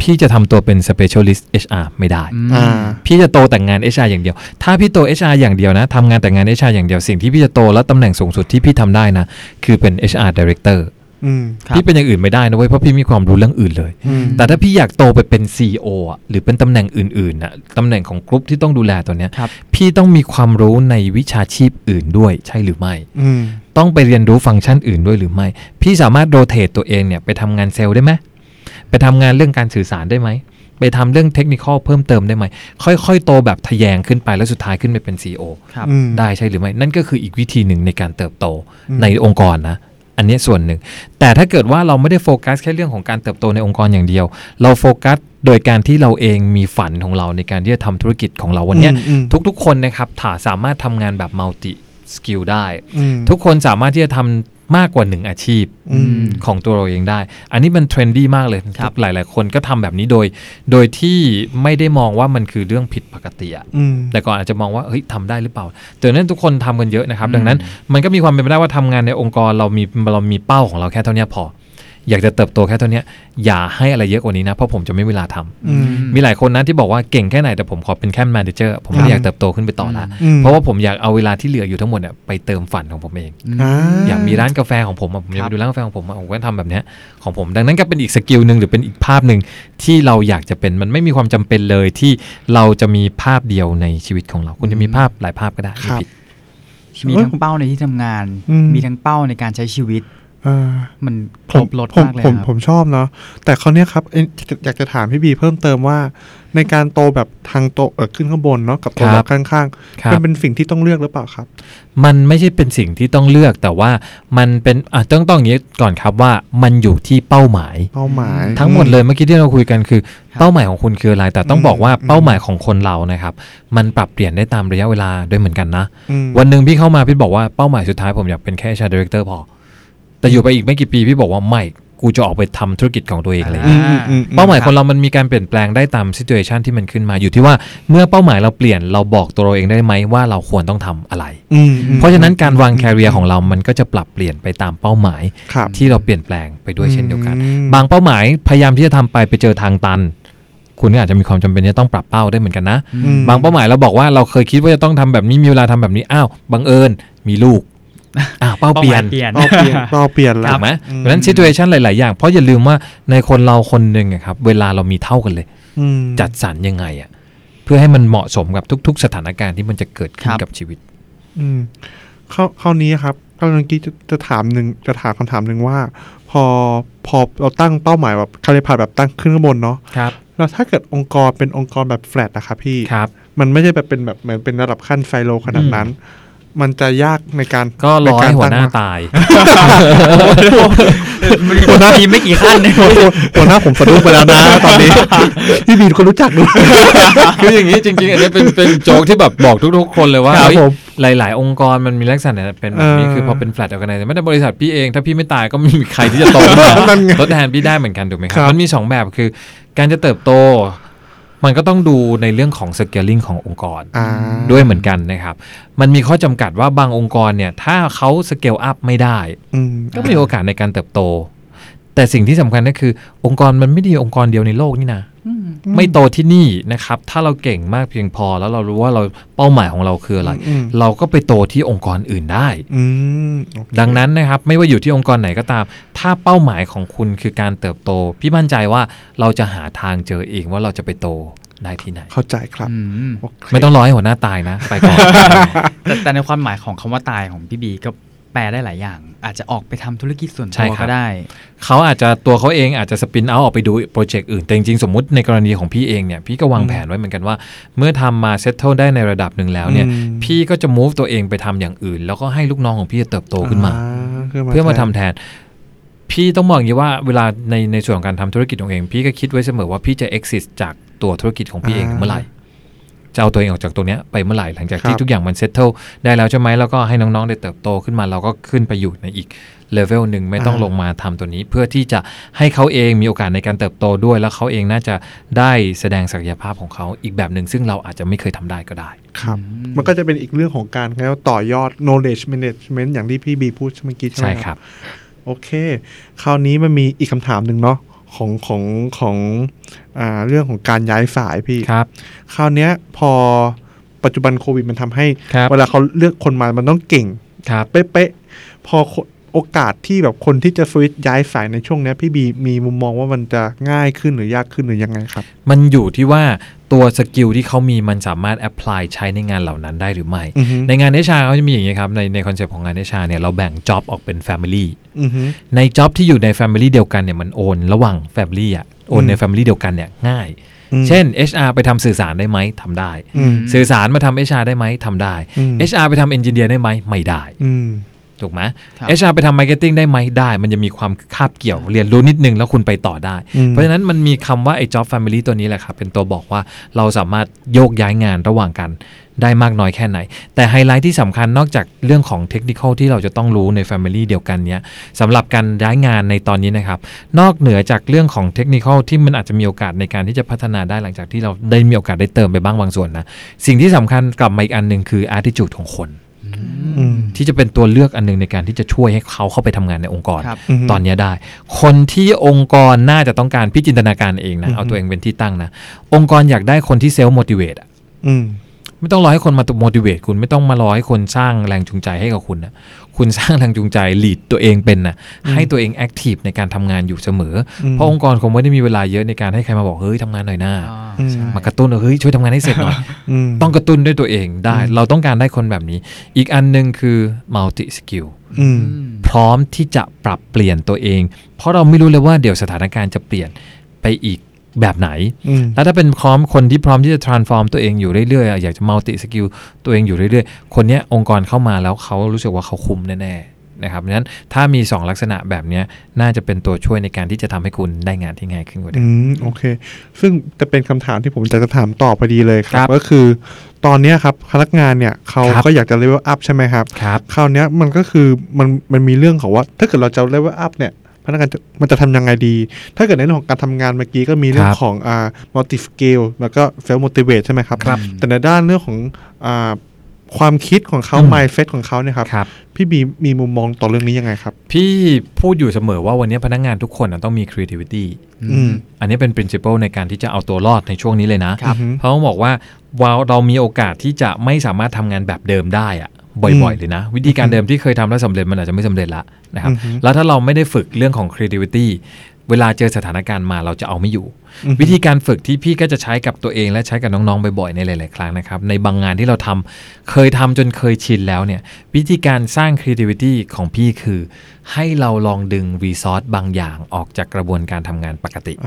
พี่จะทำตัวเป็น specialist HR ไม่ได้พี่จะโตแต่งาน HR อย่างเดียวถ้าพี่โต HR อย่างเดียวนะทำงานแต่งาน HR อย่างเดียวสิ่งที่พี่จะโตและตำแหน่งสูงสุดที่พี่ทำได้นะคือเป็น HR Directorพี่เป็นอย่างอื่นไม่ได้นะเว้ยเพราะพี่มีความรู้เรื่องอื่นเลยแต่ถ้าพี่อยากโตไปเป็น CEO อ่ะหรือเป็นตำแหน่งอื่นๆน่ะตำแหน่งของกรุ๊ปที่ต้องดูแลตัวเนี้ยพี่ต้องมีความรู้ในวิชาชีพอื่นด้วยใช่หรือไม่ต้องไปเรียนรู้ฟังก์ชันอื่นด้วยหรือไม่พี่สามารถโรเตทตัวเองเนี่ยไปทำงานเซลล์ได้ไหมไปทำงานเรื่องการสื่อสารได้ไหมไปทำเรื่องเทคนิคเพิ่มเติมได้ไหมค่อยๆโตแบบทะแยงขึ้นไปแล้วสุดท้ายขึ้นไปเป็น CEO ได้ใช่หรือไม่นั่นก็คืออีกวิธีหนึ่งในการเติบโตในองค์กรนะอันนี้ส่วนหนึ่งแต่ถ้าเกิดว่าเราไม่ได้โฟกัสแค่เรื่องของการเติบโตในองค์กรอย่างเดียวเราโฟกัสโดยการที่เราเองมีฝันของเราในการที่จะทำธุรกิจของเราวันนี้ทุกๆคนนะครับสามารถทำงานแบบมัลติสกิลได้ทุกคนสามารถที่จะทำมากกว่า1อาชีพของตัวเราเองได้อันนี้มันเทรนดี้มากเลยหลายๆคนก็ทำแบบนี้โดยที่ไม่ได้มองว่ามันคือเรื่องผิดปกติแต่ก่อนอาจจะมองว่าเฮ้ยทำได้หรือเปล่าแต่นั้นทุกคนทำกันเยอะนะครับดังนั้นมันก็มีความเป็นไปได้ว่าทำงานในองค์กรเรามีเป้าของเราแค่เท่านี้พออยากจะเติบโตแค่เท่านี้อย่าให้อะไรเยอะกว่านี้นะเพราะผมจะไม่มีเวลาทำมีหลายคนนะที่บอกว่าเก่งแค่ไหนแต่ผมขอเป็นแค่แมเนเจอร์ผมไม่อยากเติบโตขึ้นไปต่อละเพราะว่าผมอยากเอาเวลาที่เหลืออยู่ทั้งหมดเนี่ยไปเติมฝันของผมเองอยากมีร้านกาแฟของผมผมอยากดูร้านกาแฟของผมผมก็ทำแบบนี้ของผมดังนั้นก็เป็นอีกสกิลนึงหรือเป็นอีกภาพนึงที่เราอยากจะเป็นมันไม่มีความจำเป็นเลยที่เราจะมีภาพเดียวในชีวิตของเราคุณจะมีภาพหลายภาพก็ได้ไม่ผิดมีทั้งเป้าในที่ทำงานมีทั้งเป้าในการใช้ชีวิตมันครบรถมากเลยครับผมชอบเนาะแต่คราวนี้ครับอยากจะถามพี่บีเพิ่มเติมว่าในการโตแบบทางโตขึ้นข้างบนเนาะกับโตแบบข้างๆมันเป็นสิ่งที่ต้องเลือกหรือเปล่าครับมันไม่ใช่เป็นสิ่งที่ต้องเลือกแต่ว่ามันเป็นต้องอย่างนี้ก่อนครับว่ามันอยู่ที่เป้าหมายทั้งหมดเลยเมื่อกี้ที่เราคุยกันคือเป้าหมายของคุณคืออะไรแต่ต้องบอกว่าเป้าหมายของคนเรานะครับมันปรับเปลี่ยนได้ตามระยะเวลาด้วยเหมือนกันนะวันนึงพี่เข้ามาพี่บอกว่าเป้าหมายสุดท้ายผมอยากเป็นแค่ HR Director พอแต่อยู่ไปอีกไม่กี่ปีพี่บอกว่าไม่กูจะออกไปทำธุรกิจของตัวเองเลยเป้าหมายคนเรามันมีการเปลี่ยนแปลงได้ตามซิทูเอชันที่มันขึ้นมาอยู่ที่ว่าเมื่อเป้าหมายเราเปลี่ยนเราบอกตัวเราเองได้ไหมว่าเราควรต้องทำอะไรเพราะฉะนั้นการวางแคเรียร์ของเรามันก็จะปรับเปลี่ยนไปตามเป้าหมายที่เราเปลี่ยนแปลงไปด้วยเช่นเดียวกันบางเป้าหมายพยายามที่จะทำไปเจอทางตันคุณก็อาจจะมีความจำเป็นที่ต้องปรับเป้าได้เหมือนกันนะบางเป้าหมายเราบอกว่าเราเคยคิดว่าจะต้องทำแบบนี้มีเวลาทำแบบนี้อ้าวบังเอิญมีลูกเป้าเปลี่ยนแล้วถูกไหมเพราะฉะนั้นซิทูเอชันหลายๆอย่างเพราะอย่าลืมว่าในคนเราคนหนึ่งครับเวลาเรามีเท่ากันเลยจัดสรรยังไงเพื่อให้มันเหมาะสมกับทุกๆสถานการณ์ที่มันจะเกิดขึ้นกับชีวิตข้อนี้ครับก็เมื่อกี้จะถามคำถามหนึ่งว่าพอเราตั้งเป้าหมายแบบคาริพาแบบตั้งขึ้นข้างบนเนาะแล้วถ้าเกิดองค์กรเป็นองค์กรแบบแฟลตนะครับพี่มันไม่ใช่แบบเป็นแบบเหมือนเป็นระดับขั้นไซโลขนาดนั้นมันจะยากในการก็รอให้หัวหน้าตายหัวหน้าทีไม่กี่ขั้นเลยหัวหน้าผมสะดุ้งไปแล้วนะตอนนี้พี่บีคนรู้จักด้วยคืออย่างนี้จริงๆอันนี้เป็นโจ๊กที่แบบบอกทุกๆคนเลยว่าหลายๆองค์กรมันมีลักษณะเป็นแบบนี้คือพอเป็นแฟลตออร์แกไนซ์ไม่ได้บริษัทพี่เองถ้าพี่ไม่ตายก็ไม่มีใครที่จะโตทดแทนพี่ได้เหมือนกันถูกไหมครับมันมี2แบบคือการจะเติบโตมันก็ต้องดูในเรื่องของ scaling ขององค์กรด้วยเหมือนกันนะครับมันมีข้อจำกัดว่าบางองค์กรเนี่ยถ้าเขา scale up ไม่ได้ก็มีโอกาสในการเติบโตแต่สิ่งที่สำคัญก็คือองค์กรมันไม่ได้องค์กรเดียวในโลกนี่นะไม่โตที่นี่นะครับถ้าเราเก่งมากเพียงพอแล้วเรารู้ว่าเราเป้าหมายของเราคืออะไรเราก็ไปโตที่องค์กรอื่นได้ดังนั้นนะครับไม่ว่าอยู่ที่องค์กรไหนก็ตามถ้าเป้าหมายของคุณคือการเติบโตพี่มั่นใจว่าเราจะหาทางเจอเองว่าเราจะไปโตได้ที่ไหนเข้าใจครับไม่ต้องรอให้หัวหน้าตายนะไปก่อนแต่ในความหมายของคำว่าตายของพี่บีก็แปลได้หลายอย่างอาจจะออกไปทำธุรกิจส่วนตัวก็ได้เขาอาจจะตัวเขาเองอาจจะสปินเอาออกไปดูโปรเจกต์อื่นแต่จริงๆสมมุติในกรณีของพี่เองเนี่ยพี่ก็วางแผนไว้เหมือนกันว่าเมื่อทำมาเซตเทิลได้ในระดับหนึ่งแล้วเนี่ยพี่ก็จะ move ตัวเองไปทำอย่างอื่นแล้วก็ให้ลูกน้องของพี่เติบโตขึ้นมาเพื่อมาทำแทนพี่ต้องมองอย่างนี้ว่าเวลาในส่วนของการทำธุรกิจของเองพี่ก็คิดไว้เสมอว่าพี่จะ exit จากตัวธุรกิจของพี่เองเมื่อไหร่จะเอาตัวเองออกจากตรงนี้ไปเมื่อไหร่หลังจากที่ทุกอย่างมันเซตเทิลได้แล้วใช่ไหมแล้วก็ให้น้องๆได้เติบโตขึ้นมาเราก็ขึ้นไปอยู่ในอีกเลเวลหนึ่งไม่ต้องลงมาทำตัวนี้เพื่อที่จะให้เขาเองมีโอกาสในการเติบโตด้วยแล้วเขาเองน่าจะได้แสดงศักยภาพของเขาอีกแบบหนึ่งซึ่งเราอาจจะไม่เคยทำได้ก็ได้ครับมันก็จะเป็นอีกเรื่องของการแล้วต่อยอด knowledge management อย่างที่พี่บีพูดเมื่อกี้ใช่ไหมครับโอเคคราวนี้มันมีอีกคำถามหนึ่งเนาะขของเรื่องของการย้ายฝ่ายพี่ครับคราวนี้พอปัจจุบันโควิดมันทำให้เวลาเขาเลือกคนมามันต้องเก่งเป๊ะๆพอโอกาสที่แบบคนที่จะสวิตช์ย้ายสายในช่วงนี้พี่บีมีมุมมองว่ามันจะง่ายขึ้นหรือยากขึ้นหรือยังไงครับมันอยู่ที่ว่าตัวสกิลที่เขามีมันสามารถแอพพลายใช้ในงานเหล่านั้นได้หรือไม่ในงานเนชาเขาจะมีอย่างนี้ครับในคอนเซปต์ของงานเนชาเนี่ยเราแบ่งจ็อบออกเป็นแฟมิลี่ในจ็อบที่อยู่ในแฟมิลี่เดียวกันเนี่ยมันโอนระหว่างแฟมิลี่โอนในแฟมิลี่เดียวกันเนี่ยง่ายเช่น HR ไปทำสื่อสารได้ไหมทำได้สื่อสารมาทำ HR ได้ไหมทำได้ HR ไปทำเอนจิเนียร์ได้ไหมไม่ได้ถูกไหม HR ไปทำมาร์เก็ตติ้งได้ไหมได้มันจะมีความคาบเกี่ยวเรียนรู้นิดนึงแล้วคุณไปต่อได้เพราะฉะนั้นมันมีคำว่าไอ้ job family ตัวนี้แหละครับเป็นตัวบอกว่าเราสามารถโยกย้ายงานระหว่างกันได้มากน้อยแค่ไหนแต่ไฮไลท์ที่สำคัญนอกจากเรื่องของเทคนิคที่เราจะต้องรู้ใน family เดียวกันเนี้ยสำหรับการย้ายงานในตอนนี้นะครับนอกเหนือจากเรื่องของเทคนิคที่มันอาจจะมีโอกาสในการที่จะพัฒนาได้หลังจากที่เราได้มีโอกาสได้เติมไปบ้างบางส่วนนะสิ่งที่สำคัญกลับมาอีกอันนึงคือ attitude ของคนที่จะเป็นตัวเลือกอันนึงในการที่จะช่วยให้เขาเข้าไปทำงานในองค์กรตอนนี้ได้คนที่องค์กรน่าจะต้องการพิจินตนาการเองนะเอาตัวเองเป็นที่ตั้งนะองค์กรอยากได้คนที่เซลฟ์โมทิเวตไม่ต้องรอให้คนมาโมทิเวตคุณไม่ต้องมารอให้คนสร้างแรงจูงใจให้กับคุณนะคุณสร้างแรงจูงใจลีดตัวเองเป็นนะให้ตัวเองแอคทีฟในการทำงานอยู่เสมอเพราะองค์กรคงไม่ได้มีเวลาเยอะในการให้ใครมาบอกเฮ้ยทำงานหน่อยหน้ามากระตุ้นเฮ้ยช่วยทำงานให้เสร็จหน่อยต้องกระตุ้นด้วยตัวเองได้เราต้องการได้คนแบบนี้อีกอันนึงคือ multi skill พร้อมที่จะปรับเปลี่ยนตัวเองเพราะเราไม่รู้เลยว่าเดี๋ยวสถานการณ์จะเปลี่ยนไปอีกแบบไหนแล้วถ้าเป็นคนที่พร้อมที่จะ transform ตัวเองอยู่เรื่อยๆอยากจะ multi skill ตัวเองอยู่เรื่อยๆคนนี้องค์กรเข้ามาแล้วเขารู้สึกว่าเขาคุ้มแน่ๆนะครับเพราะฉะนั้นถ้ามี2ลักษณะแบบนี้น่าจะเป็นตัวช่วยในการที่จะทำให้คุณได้งานที่ง่ายขึ้นกว่าเดิมโอเคซึ่งจะเป็นคำถามที่ผมจะถามต่อพอดีเลยครับก็คือตอนนี้ครับพนักงานเนี่ยเขาก็อยากจะ level up ใช่ไหมครับคราวนี้มันก็คือมันมีเรื่องของว่าถ้าเกิดเราจะ level up เนี่ยพนักงานมันจะทำยังไงดีถ้าเกิดในเรื่องของการทำงานเมื่อกี้ก็มีเรื่องของmulti skill แล้วก็ self motivate ใช่ไหมครับแต่ในด้านเรื่องของความคิดของเขา mindset ของเขาเนี่ยครับพี่บีมีมุมมองต่อเรื่องนี้ยังไงครับพี่พูดอยู่เสมอว่าวันนี้พนักงานทุกคนต้องมี creativity อันนี้เป็น principle ในการที่จะเอาตัวรอดในช่วงนี้เลยนะเพราะเขาบอกว่าเรามีโอกาสที่จะไม่สามารถทำงานแบบเดิมได้อะบ่อยๆเลยนะวิธีการเดิมที่เคยทำแล้วสำเร็จมันอาจจะไม่สำเร็จละนะครับแล้วถ้าเราไม่ได้ฝึกเรื่องของ creativity เวลาเจอสถานการณ์มาเราจะเอาไม่อยู่วิธีการฝึกที่พี่ก็จะใช้กับตัวเองและใช้กับน้องๆบ่อยๆในหลายๆครั้งนะครับในบางงานที่เราเคยทำจนเคยชินแล้วเนี่ยวิธีการสร้าง creativity ของพี่คือให้เราลองดึง resource บางอย่างออกจากกระบวนการทำงานปกติ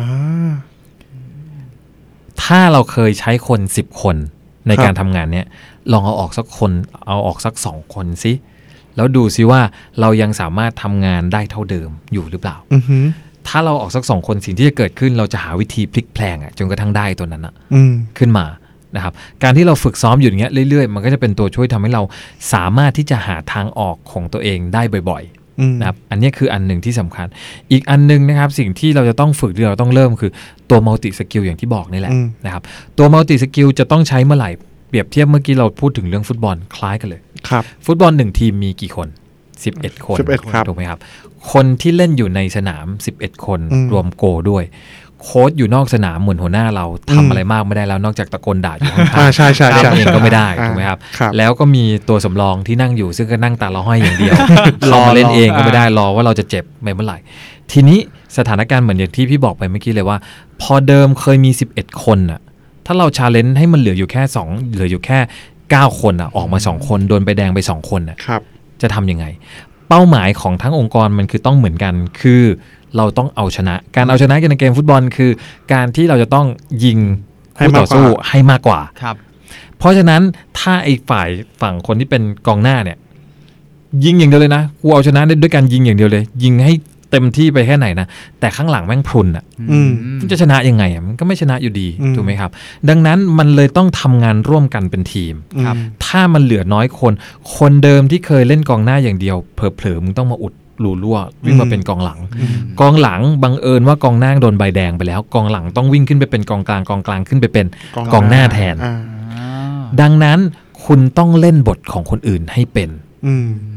ถ้าเราเคยใช้คน10คนในการทำงานเนี่ยลองเอาออกสักคนเอาออกสัก2คนสิแล้วดูซิว่าเรายังสามารถทำงานได้เท่าเดิมอยู่หรือเปล่าถ้าเราออกสัก2คนสิ่งที่จะเกิดขึ้นเราจะหาวิธีพลิกแพลงจนกระทั่งได้ตัวนั้นขึ้นมานะครับการที่เราฝึกซ้อมอยู่อย่างเงี้ยเรื่อยๆมันก็จะเป็นตัวช่วยทำให้เราสามารถที่จะหาทางออกของตัวเองได้บ่อยๆนะครับอันนี้คืออันหนึ่งที่สำคัญอีกอันนึงนะครับสิ่งที่เราจะต้องฝึกที่เราต้องเริ่มคือตัว multi skill อย่างที่บอกนี่แหละนะครับตัว multi skill จะต้องใช้เมื่อไหร่เปรียบเทียบเมื่อกี้เราพูดถึงเรื่องฟุตบอลคล้ายกันเลยฟุตบอล1ทีมมีกี่คน11คนถูกไหมครับคนที่เล่นอยู่ในสนาม11คนรวมโกด้วยโค้ชอยู่นอกสนามเหมือนหัวหน้าเราทำอะไรมากไม่ได้แล้วนอกจากตะโกนด่าอยู่ข้างๆใช่เองก็ไม่ได้ถูกไหมครับแล้วก็มีตัวสำรองที่นั่งอยู่ซึ่งก็นั่งตาละห้อยอย่างเดียวรอเล่นเองก็ไม่ได้รอว่าเราจะเจ็บเมื่อไหร่ทีนี้สถานการณ์เหมือนอย่างที่พี่บอกไปเมื่อกี้เลยว่าพอเดิมเคยมี11คนน่ะถ้าเราชาเลนจ์ให้มันเหลืออยู่แค่2เหลืออยู่แค่9คนออกมา2คนโดนใบแดงไป2คนจะทำยังไงเป้าหมายของทั้งองค์กรมันคือต้องเหมือนกันคือเราต้องเอาชนะการเอาชนะกันในเกมฟุตบอลคือการที่เราจะต้องยิงคู่ต่อสู้ให้มากกว่าเพราะฉะนั้นถ้าไอ้ฝั่งคนที่เป็นกองหน้าเนี่ยยิงอย่างเดียวเลยนะกูเอาชนะได้ด้วยการยิงอย่างเดียวเลยยิงให้เต็มที่ไปแค่ไหนนะแต่ข้างหลังแม่งพรุนมันจะชนะยังไงมันก็ไม่ชนะอยู่ดีถูกไหมครับดังนั้นมันเลยต้องทำงานร่วมกันเป็นทีมถ้ามันเหลือน้อยคนเดิมที่เคยเล่นกองหน้าอย่างเดียวเผลอๆมึงต้องมาอุดรูรั่ววิ่งมาเป็นกองหลังบังเอิญว่ากองหน้าโดนใบแดงไปแล้วกองหลังต้องวิ่งขึ้นไปเป็นกองกลางขึ้นไปเป็นกองหน้าแทนดังนั้นคุณต้องเล่นบทของคนอื่นให้เป็น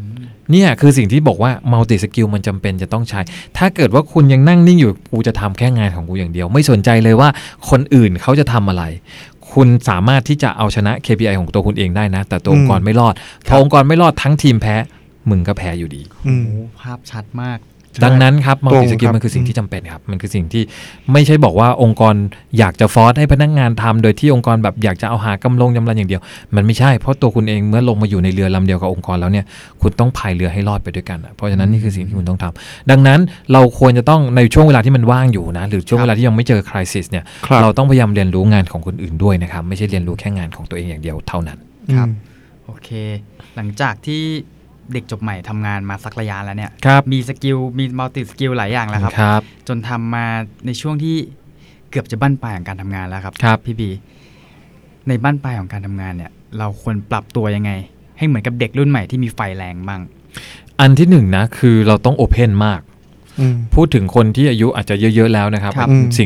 เนี่ยคือสิ่งที่บอกว่ามัลติสกิลมันจำเป็นจะต้องใช้ถ้าเกิดว่าคุณยังนั่งนิ่งอยู่กูจะทำแค่งานของกูอย่างเดียวไม่สนใจเลยว่าคนอื่นเขาจะทำอะไรคุณสามารถที่จะเอาชนะ KPI ของตัวคุณเองได้นะแต่ตัวองค์กรไม่รอดพอองค์กรไม่รอดทั้งทีมแพ้มึงก็แพ้อยู่ดีภาพชัดมากดังนั้นครับมัลติสกิลมันคือสิ่งที่จำเป็นครับมันคือสิ่งที่ไม่ใช่บอกว่าองค์กรอยากจะฟอร์สให้พนักงานทำโดยที่องค์กรแบบอยากจะเอาหากำไรอย่างเดียวมันไม่ใช่เพราะตัวคุณเองเมื่อลงมาอยู่ในเรือลำเดียวกับองค์กรแล้วเนี่ยคุณต้องพายเรือให้รอดไปด้วยกันเพราะฉะนั้นนี่คือสิ่งที่คุณต้องทำดังนั้นเราควรจะต้องในช่วงเวลาที่มันว่างอยู่นะหรือช่วงเวลาที่ยังไม่เจอคริสิสเนี่ยเราต้องพยายามเรียนรู้งานของคนอื่นด้วยนะครับไม่ใช่เรียนรู้แค่งานของตัวเองอย่างเดียวเท่านั้นครับโอเคหลังจากที่เด็กจบใหม่ทำงานมาสักระยะแล้วเนี่ยมีสกิลมีมัลติสกิลหลายอย่างแล้วครับจนทำมาในช่วงที่เกือบจะบั้นปลายของการทำงานแล้วครับพี่บีในบั้นปลายของการทำงานเนี่ยเราควรปรับตัวยังไงให้เหมือนกับเด็กรุ่นใหม่ที่มีไฟแรงบ้างอันที่หนึ่งนะคือเราต้องโอเพนมากพูดถึงคนที่อายุอาจจะเยอะๆแล้วนะครับสิ่ง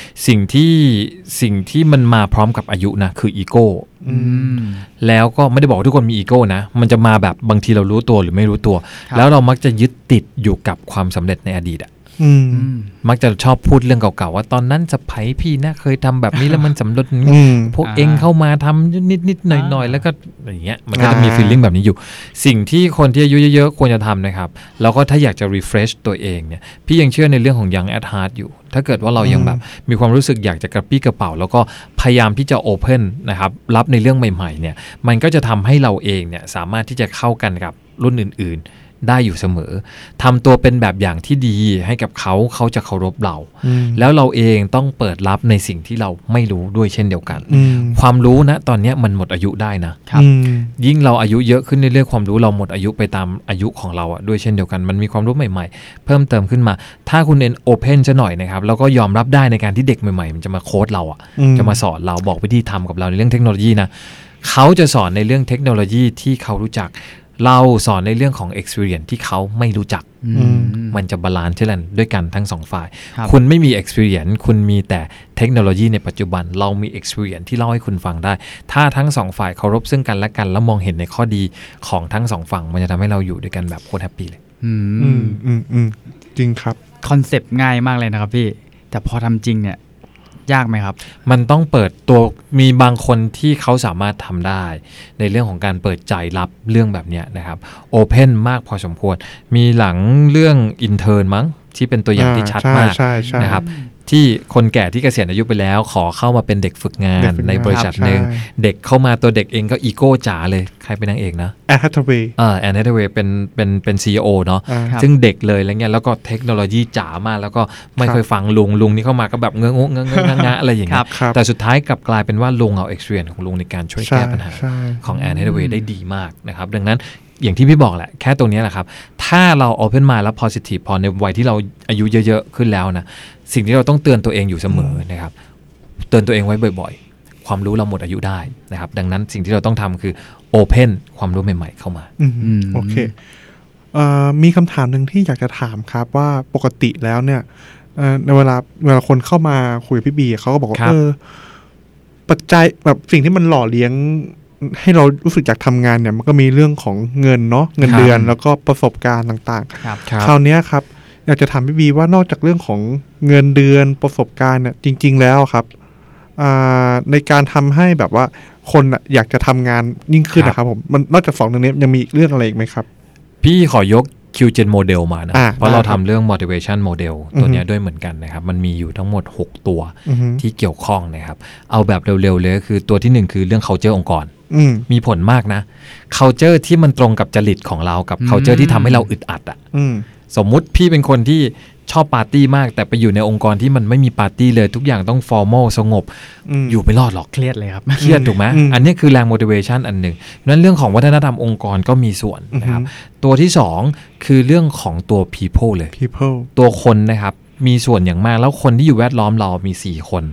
ที่มันมาพร้อมกับอายุนะคืออีโก้แล้วก็ไม่ได้บอกทุกคนมีอีโก้นะมันจะมาแบบบางทีเรารู้ตัวหรือไม่รู้ตัวแล้วเรามักจะยึดติดอยู่กับความสำเร็จในอดีตมักจะชอบพูดเรื่องเก่าๆว่าตอนนั้นสะใภ้พี่นะเคยทำแบบนี้แล้วมันสำเร็จพวกเองเข้ามาทำนิดๆหน่อยๆแล้วก็อย่างเงี้ยมันก็จะมี feeling แบบนี้อยู่สิ่งที่คนที่อายุเยอะๆควรจะทำนะครับแล้วก็ถ้าอยากจะ refresh ตัวเองเนี่ยพี่ยังเชื่อในเรื่องของ young at heart อยู่ถ้าเกิดว่าเรายังแบบมีความรู้สึกอยากจะกระปี้กระเป๋าแล้วก็พยายามที่จะ open นะครับรับในเรื่องใหม่ๆเนี่ยมันก็จะทำให้เราเองเนี่ยสามารถที่จะเข้ากันกับรุ่นอื่นๆได้อยู่เสมอทำตัวเป็นแบบอย่างที่ดีให้กับเขาจะเคารพเราแล้วเราเองต้องเปิดรับในสิ่งที่เราไม่รู้ด้วยเช่นเดียวกันความรู้นะตอนนี้มันหมดอายุได้นะครับยิ่งเราอายุเยอะขึ้นเรื่อยๆความรู้เราหมดอายุไปตามอายุของเราด้วยเช่นเดียวกันมันมีความรู้ใหม่ๆเพิ่มเติมขึ้นมาถ้าคุณเอ็นโอเพนซะหน่อยนะครับแล้วก็ยอมรับได้ในการที่เด็กใหม่ๆมันจะมาโค้ชเราจะมาสอนเราบอกวิธีทำกับเราในเรื่องเทคโนโลยีนะเขาจะสอนในเรื่องเทคโนโลยีที่เขารู้จักเราสอนในเรื่องของ experience ที่เขาไม่รู้จักมันจะบาลานซ์กันด้วยกันทั้งสองฝ่ายคุณไม่มี experience คุณมีแต่เทคโนโลยีในปัจจุบันเรามี experience ที่เล่าให้คุณฟังได้ถ้าทั้งสองฝ่ายเคารพซึ่งกันและกันแล้วมองเห็นในข้อดีของทั้งสองฝั่งมันจะทำให้เราอยู่ด้วยกันแบบโคตรแฮปปี้เลยจริงครับคอนเซปต์ง่ายมากเลยนะครับพี่แต่พอทำจริงเนี่ยยากไหมครับมันต้องเปิดตัวมีบางคนที่เขาสามารถทำได้ในเรื่องของการเปิดใจรับเรื่องแบบนี้นะครับโอเพนมากพอสมควรมีหลังเรื่องอินเทอร์นมั้งที่เป็นตัวอย่างที่ชัดมากนะครับที่คนแก่ที่เกษียณอายุไปแล้วขอเข้ามาเป็นเด็กฝึกงานในบริษัทหนึ่งเด็กเข้ามาตัวเด็กเองก็อีโก้จ๋าเลยใครเป็นนางเอกนะแอนแฮทเวย์แอนแฮทเวย์เป็น CEO เนาะซึ่งเด็กเลยอะไรเงี้ยแล้วก็เทคโนโลยีจ๋ามากแล้วก็ไม่เคยฟังลุงนี่เข้ามาก็แบบเงอะอะไรอย่างเงี้ยแต่สุดท้ายกลับกลายเป็นว่าลุงเอา experience ของลุงในการช่วยแก้ปัญหาของแอนแฮทเวย์ได้ดีมากนะครับดังนั้นอย่างที่พี่บอกแหละแค่ตรงนี้แหละครับถ้าเรา open mind และ positive พอในวัยที่เราอายุเยอะๆขึ้นแล้วนะสิ่งที่เราต้องเตือนตัวเองอยู่เสมอนะครับเตือนตัวเองไว้บ่อยๆความรู้เราหมดอายุได้นะครับดังนั้นสิ่งที่เราต้องทำคือ open ความรู้ใหม่ๆเข้ามาโอเคมีคำถามหนึ่งที่อยากจะถามครับว่าปกติแล้วเนี่ยในเวลาคนเข้ามาคุยกับพี่บีเขาก็บอกว่าปัจจัยแบบสิ่งที่มันหล่อเลี้ยงให้เรารู้สึกอยากทำงานเนี่ยมันก็มีเรื่องของเงินเนาะเงินเดือนแล้วก็ประสบการณ์ต่างๆคราวนี้ครับอยากจะถามพี่บีว่านอกจากเรื่องของเงินเดือนประสบการณ์เนี่ยจริงๆแล้วครับในการทำให้แบบว่าคนอยากจะทำงานยิ่งขึ้นนะครับผมมันนอกจาก2เรื่องนี้ยังมีเรื่องอะไรอีกไหมครับพี่ขอยก QGen Model มานะเพราะเราทำเรื่อง motivation model ตัวนี้ด้วยเหมือนกันนะครับมันมีอยู่ทั้งหมด6ตัวที่เกี่ยวข้องนะครับเอาแบบเร็วๆเลยก็คือตัวที่1คือเรื่อง culture องค์กรมีผลมากนะ culture ที่มันตรงกับจริตของเรากับ culture ที่ทำให้เราอึดอัดอ่ะสมมุติพี่เป็นคนที่ชอบปาร์ตี้มากแต่ไปอยู่ในองค์กรที่มันไม่มีปาร์ตี้เลยทุกอย่างต้อง formal สงบอยู่ไม่รอดหรอกเครียดเลยครับเครียดถูกไหมอันนี้คือแรง motivation อันหนึ่งนั้นเรื่องของวัฒนธรรมองค์กรก็มีส่วนนะครับตัวที่2คือเรื่องของตัว people เลย people ตัวคนนะครับมีส่วนอย่างมากแล้วคนที่อยู่แวดล้อมเรามี4คน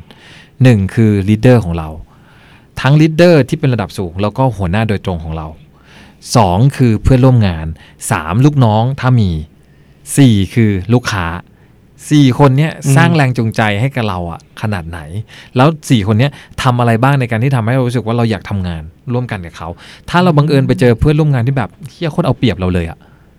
1คือ leader ของเราทั้ง leader ที่เป็นระดับสูงแล้วก็หัวหน้าโดยตรงของเรา2คือเพื่อนร่วมงาน3ลูกน้องถ้ามี4คือลูกค้า4คนเนี้ยสร้างแรงจูงใจให้กับเราอะขนาดไหนแล้ว4คนเนี้ยทำอะไรบ้างในการที่ทำให้เรารู้สึกว่าเราอยากทำงานร่วมกันกับเขาถ้าเราบังเอิญไปเจอเพื่อนร่วมงานที่แบบเฮี้ยโคตรเอาเปรียบเราเลยอะ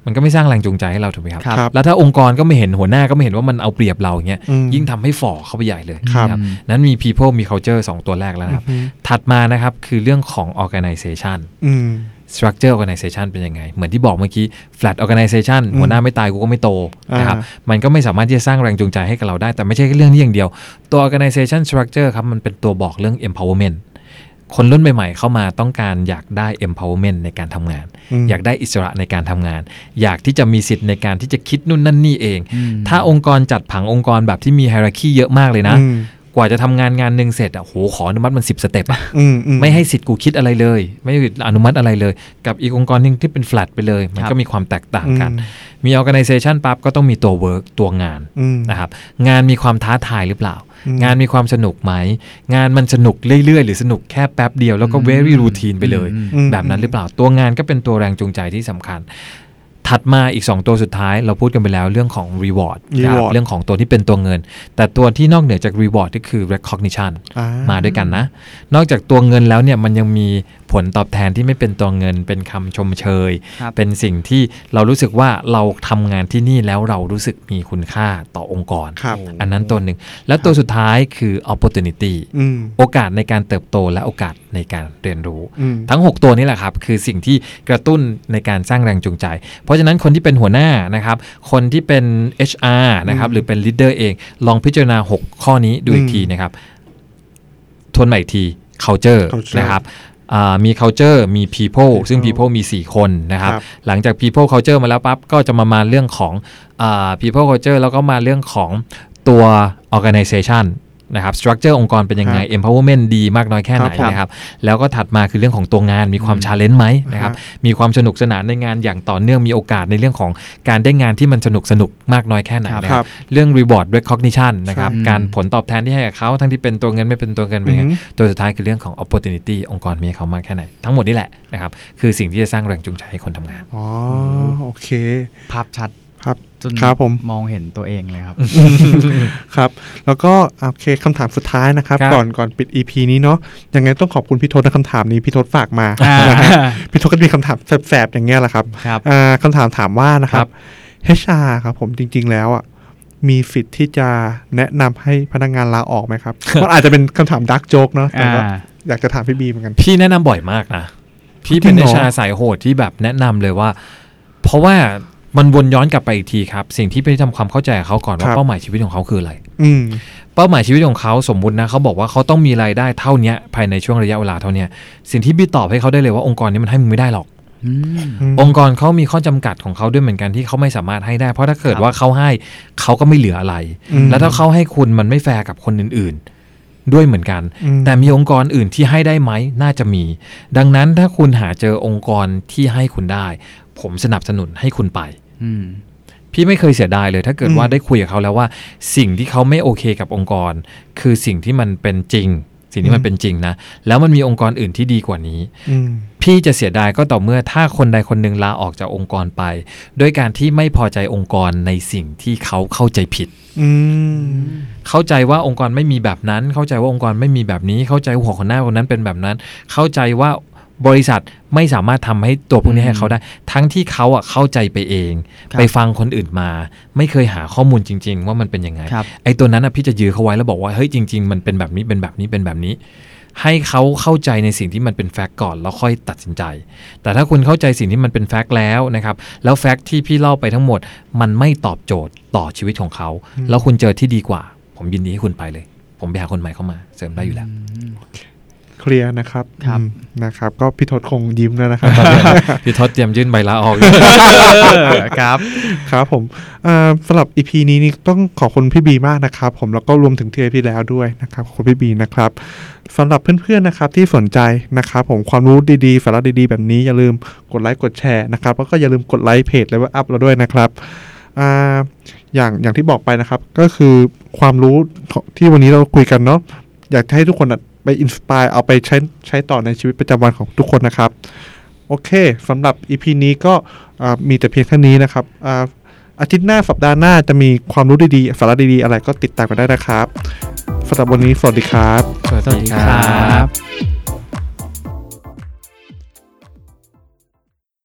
มันก็ไม่สร้างแรงจูงใจให้เราถูกไหมครับแล้วถ้าองค์กรก็ไม่เห็นหัวหน้าก็ไม่เห็นว่ามันเอาเปรียบเราอย่างเงี้ยยิ่งทำให้ฝ่อเข้าไปใหญ่เลยครับนั้นมี people มี culture 2 ตัวแรกแล้วนะครับถัดมานะครับคือเรื่องของ organization structure organization เป็นยังไงเหมือนที่บอกเมื่อกี้ flat organization หัวหน้าไม่ตายกูก็ไม่โตนะครับมันก็ไม่สามารถที่จะสร้างแรงจูงใจให้กับเราได้แต่ไม่ใช่แค่เรื่องนี้อย่างเดียวตัว organization structure ครับมันเป็นตัวบอกเรื่อง empowermentคนรุ่นใหม่ๆเข้ามาต้องการอยากได้ empowerment ในการทำงานอยากได้อิสระในการทำงานอยากที่จะมีสิทธิ์ในการที่จะคิดนู่นนั่นนี่เองถ้าองค์กรจัดผังองค์กรแบบที่มี hierarchy เยอะมากเลยนะกว่าจะทำงานหนึ่งเสร็จโหขออนุมัติมัน10 สเต็ปไม่ให้สิทธิ์กูคิดอะไรเลยไม่อนุมัติอะไรเลยกับอีกองค์กรนึงที่เป็น flat ไปเลยมันก็มีความแตกต่างกันมี organization ปั๊บก็ต้องมีตัว work ตัวงานนะครับงานมีความท้าทายหรือเปล่างานมีความสนุกไหมงานมันสนุกเรื่อยๆหรือสนุกแค่แป๊บเดียวแล้วก็ very routine ไปเลยแบบนั้นหรือเปล่าตัวงานก็เป็นตัวแรงจูงใจที่สำคัญถัดมาอีก2ตัวสุดท้ายเราพูดกันไปแล้วเรื่องของ reward เรื่องของตัวที่เป็นตัวเงินแต่ตัวที่นอกเหนือจาก reward ก็คือ recognition มาด้วยกันนะนอกจากตัวเงินแล้วเนี่ยมันยังมีผลตอบแทนที่ไม่เป็นตัวเงินเป็นคำชมเชยเป็นสิ่งที่เรารู้สึกว่าเราทำงานที่นี่แล้วเรารู้สึกมีคุณค่าต่อองค์กรอันนั้นตัวหนึ่งแล้วตัวสุดท้ายคือ opportunity โอกาสในการเติบโตและโอกาสในการเรียนรู้ทั้ง6ตัวนี้แหละครับคือสิ่งที่กระตุ้นในการสร้างแรงจูงใจเพราะฉะนั้นคนที่เป็นหัวหน้านะครับคนที่เป็น HR นะครับหรือเป็น leader เองลองพิจารณา6ข้อนี้ดูอีกทีนะครับทวนใหม่อีกที culture นะครับมี culture มี people ซึ่ง people มี4คนนะครับหลังจาก people culture มาแล้วปั๊บก็จะมาเรื่องของpeople culture แล้วก็มาเรื่องของตัว organization นะครับ structure องค์กรเป็นยังไง empowerment ดีมากน้อยแค่ไหนนะครับแล้วก็ถัดมาคือเรื่องของตัวงานมีความ challenge ไหมนะครับมีความสนุกสนานในงานอย่างต่อเนื่องมีโอกาสในเรื่องของการได้งานที่มันสนุกมากน้อยแค่ไหนนะครับเรื่อง reward recognition นะครับการผลตอบแทนที่ให้กับเขาทั้งที่เป็นตัวเงินไม่เป็นตัวเงินเป็นไงตัวสุดท้ายคือเรื่องของ opportunity องค์กรมีให้เขามากแค่ไหนทั้งหมดนี่แหละนะครับคือสิ่งที่จะสร้างแรงจูงใจให้คนทำงานอ๋อโอเคภาพชัดครับจนผมมองเห็นตัวเองเลยครับครับแล้วก็โอเคคำถามสุดท้ายนะครับก่อนปิด EP นี้เนาะยังไงต้องขอบคุณพี่ทศในคำถามนี้พี่ทศฝากมาพี่ทศก็มีคำถามแสบๆอย่างเงี้ยแหละครับคำถามว่านะครับ HR ครับผมจริงๆแล้วมีสิทธิ์ที่จะแนะนำให้พนักงานลาออกไหมครับ มันอาจจะเป็นคำถามดักโจ๊กเนาะแต่ว่าอยากจะถามพี่บีเหมือนกันพี่แนะนำบ่อยมากนะพี่เป็น HR สายโหดที่แบบแนะนำเลยว่าเพราะว่ามันวนย้อนกลับไปอีกทีครับสิ่งที่พี่ทำความเข้าใจกับเขาก่อนว่าเป้าหมายชีวิตของเขาคืออะไรเป้าหมายชีวิตของเขาสมมุตินะเขาบอกว่าเขาต้องมีรายได้เท่านี้ภายในช่วงระยะเวลาเท่านี้สิ่งที่พี่ตอบให้เขาได้เลยว่าองค์กรนี้มันให้มึงไม่ได้หรอกองค์กรเขามีข้อจำกัดของเขาด้วยเหมือนกันที่เขาไม่สามารถให้ได้เพราะถ้าเกิดว่าเขาให้เขาก็ไม่เหลืออะไรแล้วถ้าเขาให้คุณมันไม่แฟร์กับคนอื่นๆด้วยเหมือนกันแต่มีองค์กรอื่นที่ให้ได้ไหมน่าจะมีดังนั้นถ้าคุณหาเจอองค์กรที่ให้คุณได้ผมสนับสนุนให้คุณไปพี่ไม่เคยเสียดายเลยถ้าเกิดว่าได้คุยกับเขาแล้วว่าสิ่งที่เขาไม่โอเคกับองค์กรคือสิ่งที่มันเป็นจริงสิ่งที่มันเป็นจริงนะแล้วมันมีองค์กรอื่นที่ดีกว่านี้พี่จะเสียดายก็ต่อเมื่อถ้าคนใดคนหนึ่งลาออกจากองค์กรไปด้วยการที่ไม่พอใจองค์กรในสิ่งที่เขาเข้าใจผิดเข้าใจว่าองค์กรไม่มีแบบนั้นเข้าใจว่าองค์กรไม่มีแบบนี้เข้าใจหัวคนหน้าคนนั้นเป็นแบบนั้นเข้าใจว่าบริษัทไม่สามารถทำให้ตัวพวกนี้ให้เขาได้ทั้งที่เขาเข้าใจไปเองไปฟังคนอื่นมาไม่เคยหาข้อมูลจริงๆว่ามันเป็นยังไงไอ้ตัวนั้นพี่จะยื้อเขาไว้แล้วบอกว่าเฮ้ยจริงๆมันเป็นแบบนี้เป็นแบบนี้เป็นแบบนี้ให้เขาเข้าใจในสิ่งที่มันเป็นแฟกต์ก่อนแล้วค่อยตัดสินใจแต่ถ้าคุณเข้าใจสิ่งที่มันเป็นแฟกต์แล้วนะครับแล้วแฟกต์ที่พี่เล่าไปทั้งหมดมันไม่ตอบโจทย์ต่อชีวิตของเขาแล้วคุณเจอที่ดีกว่าผมยินดีให้คุณไปเลยผมไปหาคนใหม่เข้ามาเสริมได้อยู่แล้วเคลียร์นะครับนะครับก็พี่ทศคงยิ้มแล้วนะครับพี่ทศเตรียมยื่นใบลาออกครับผมสำหรับ EP นี้นี่ต้องขอบคุณพี่บีมากนะครับผมแล้วก็รวมถึงที่พี่แล้วด้วยนะครับขอบคุณพี่บีนะครับสำหรับเพื่อนๆนะครับที่สนใจนะครับผมความรู้ดีๆสาระดีๆแบบนี้อย่าลืมกดไลค์กดแชร์นะครับแล้วก็อย่าลืมกดไลค์เพจ Level Up เราด้วยนะครับอย่างที่บอกไปนะครับก็คือความรู้ที่วันนี้เราคุยกันเนาะอยากให้ทุกคนไปอินสไปร์เอาไปใช้ต่อในชีวิตประจำวันของทุกคนนะครับโอเคสำหรับ EP นี้ก็มีแต่เพียงแค่นี้นะครับอาทิตย์หน้าสัปดาห์หน้าจะมีความรู้ดีๆสาระดีๆอะไรก็ติดตามกันได้นะครับสำหรับวันนี้สวัสดีครับสวัสดีครับ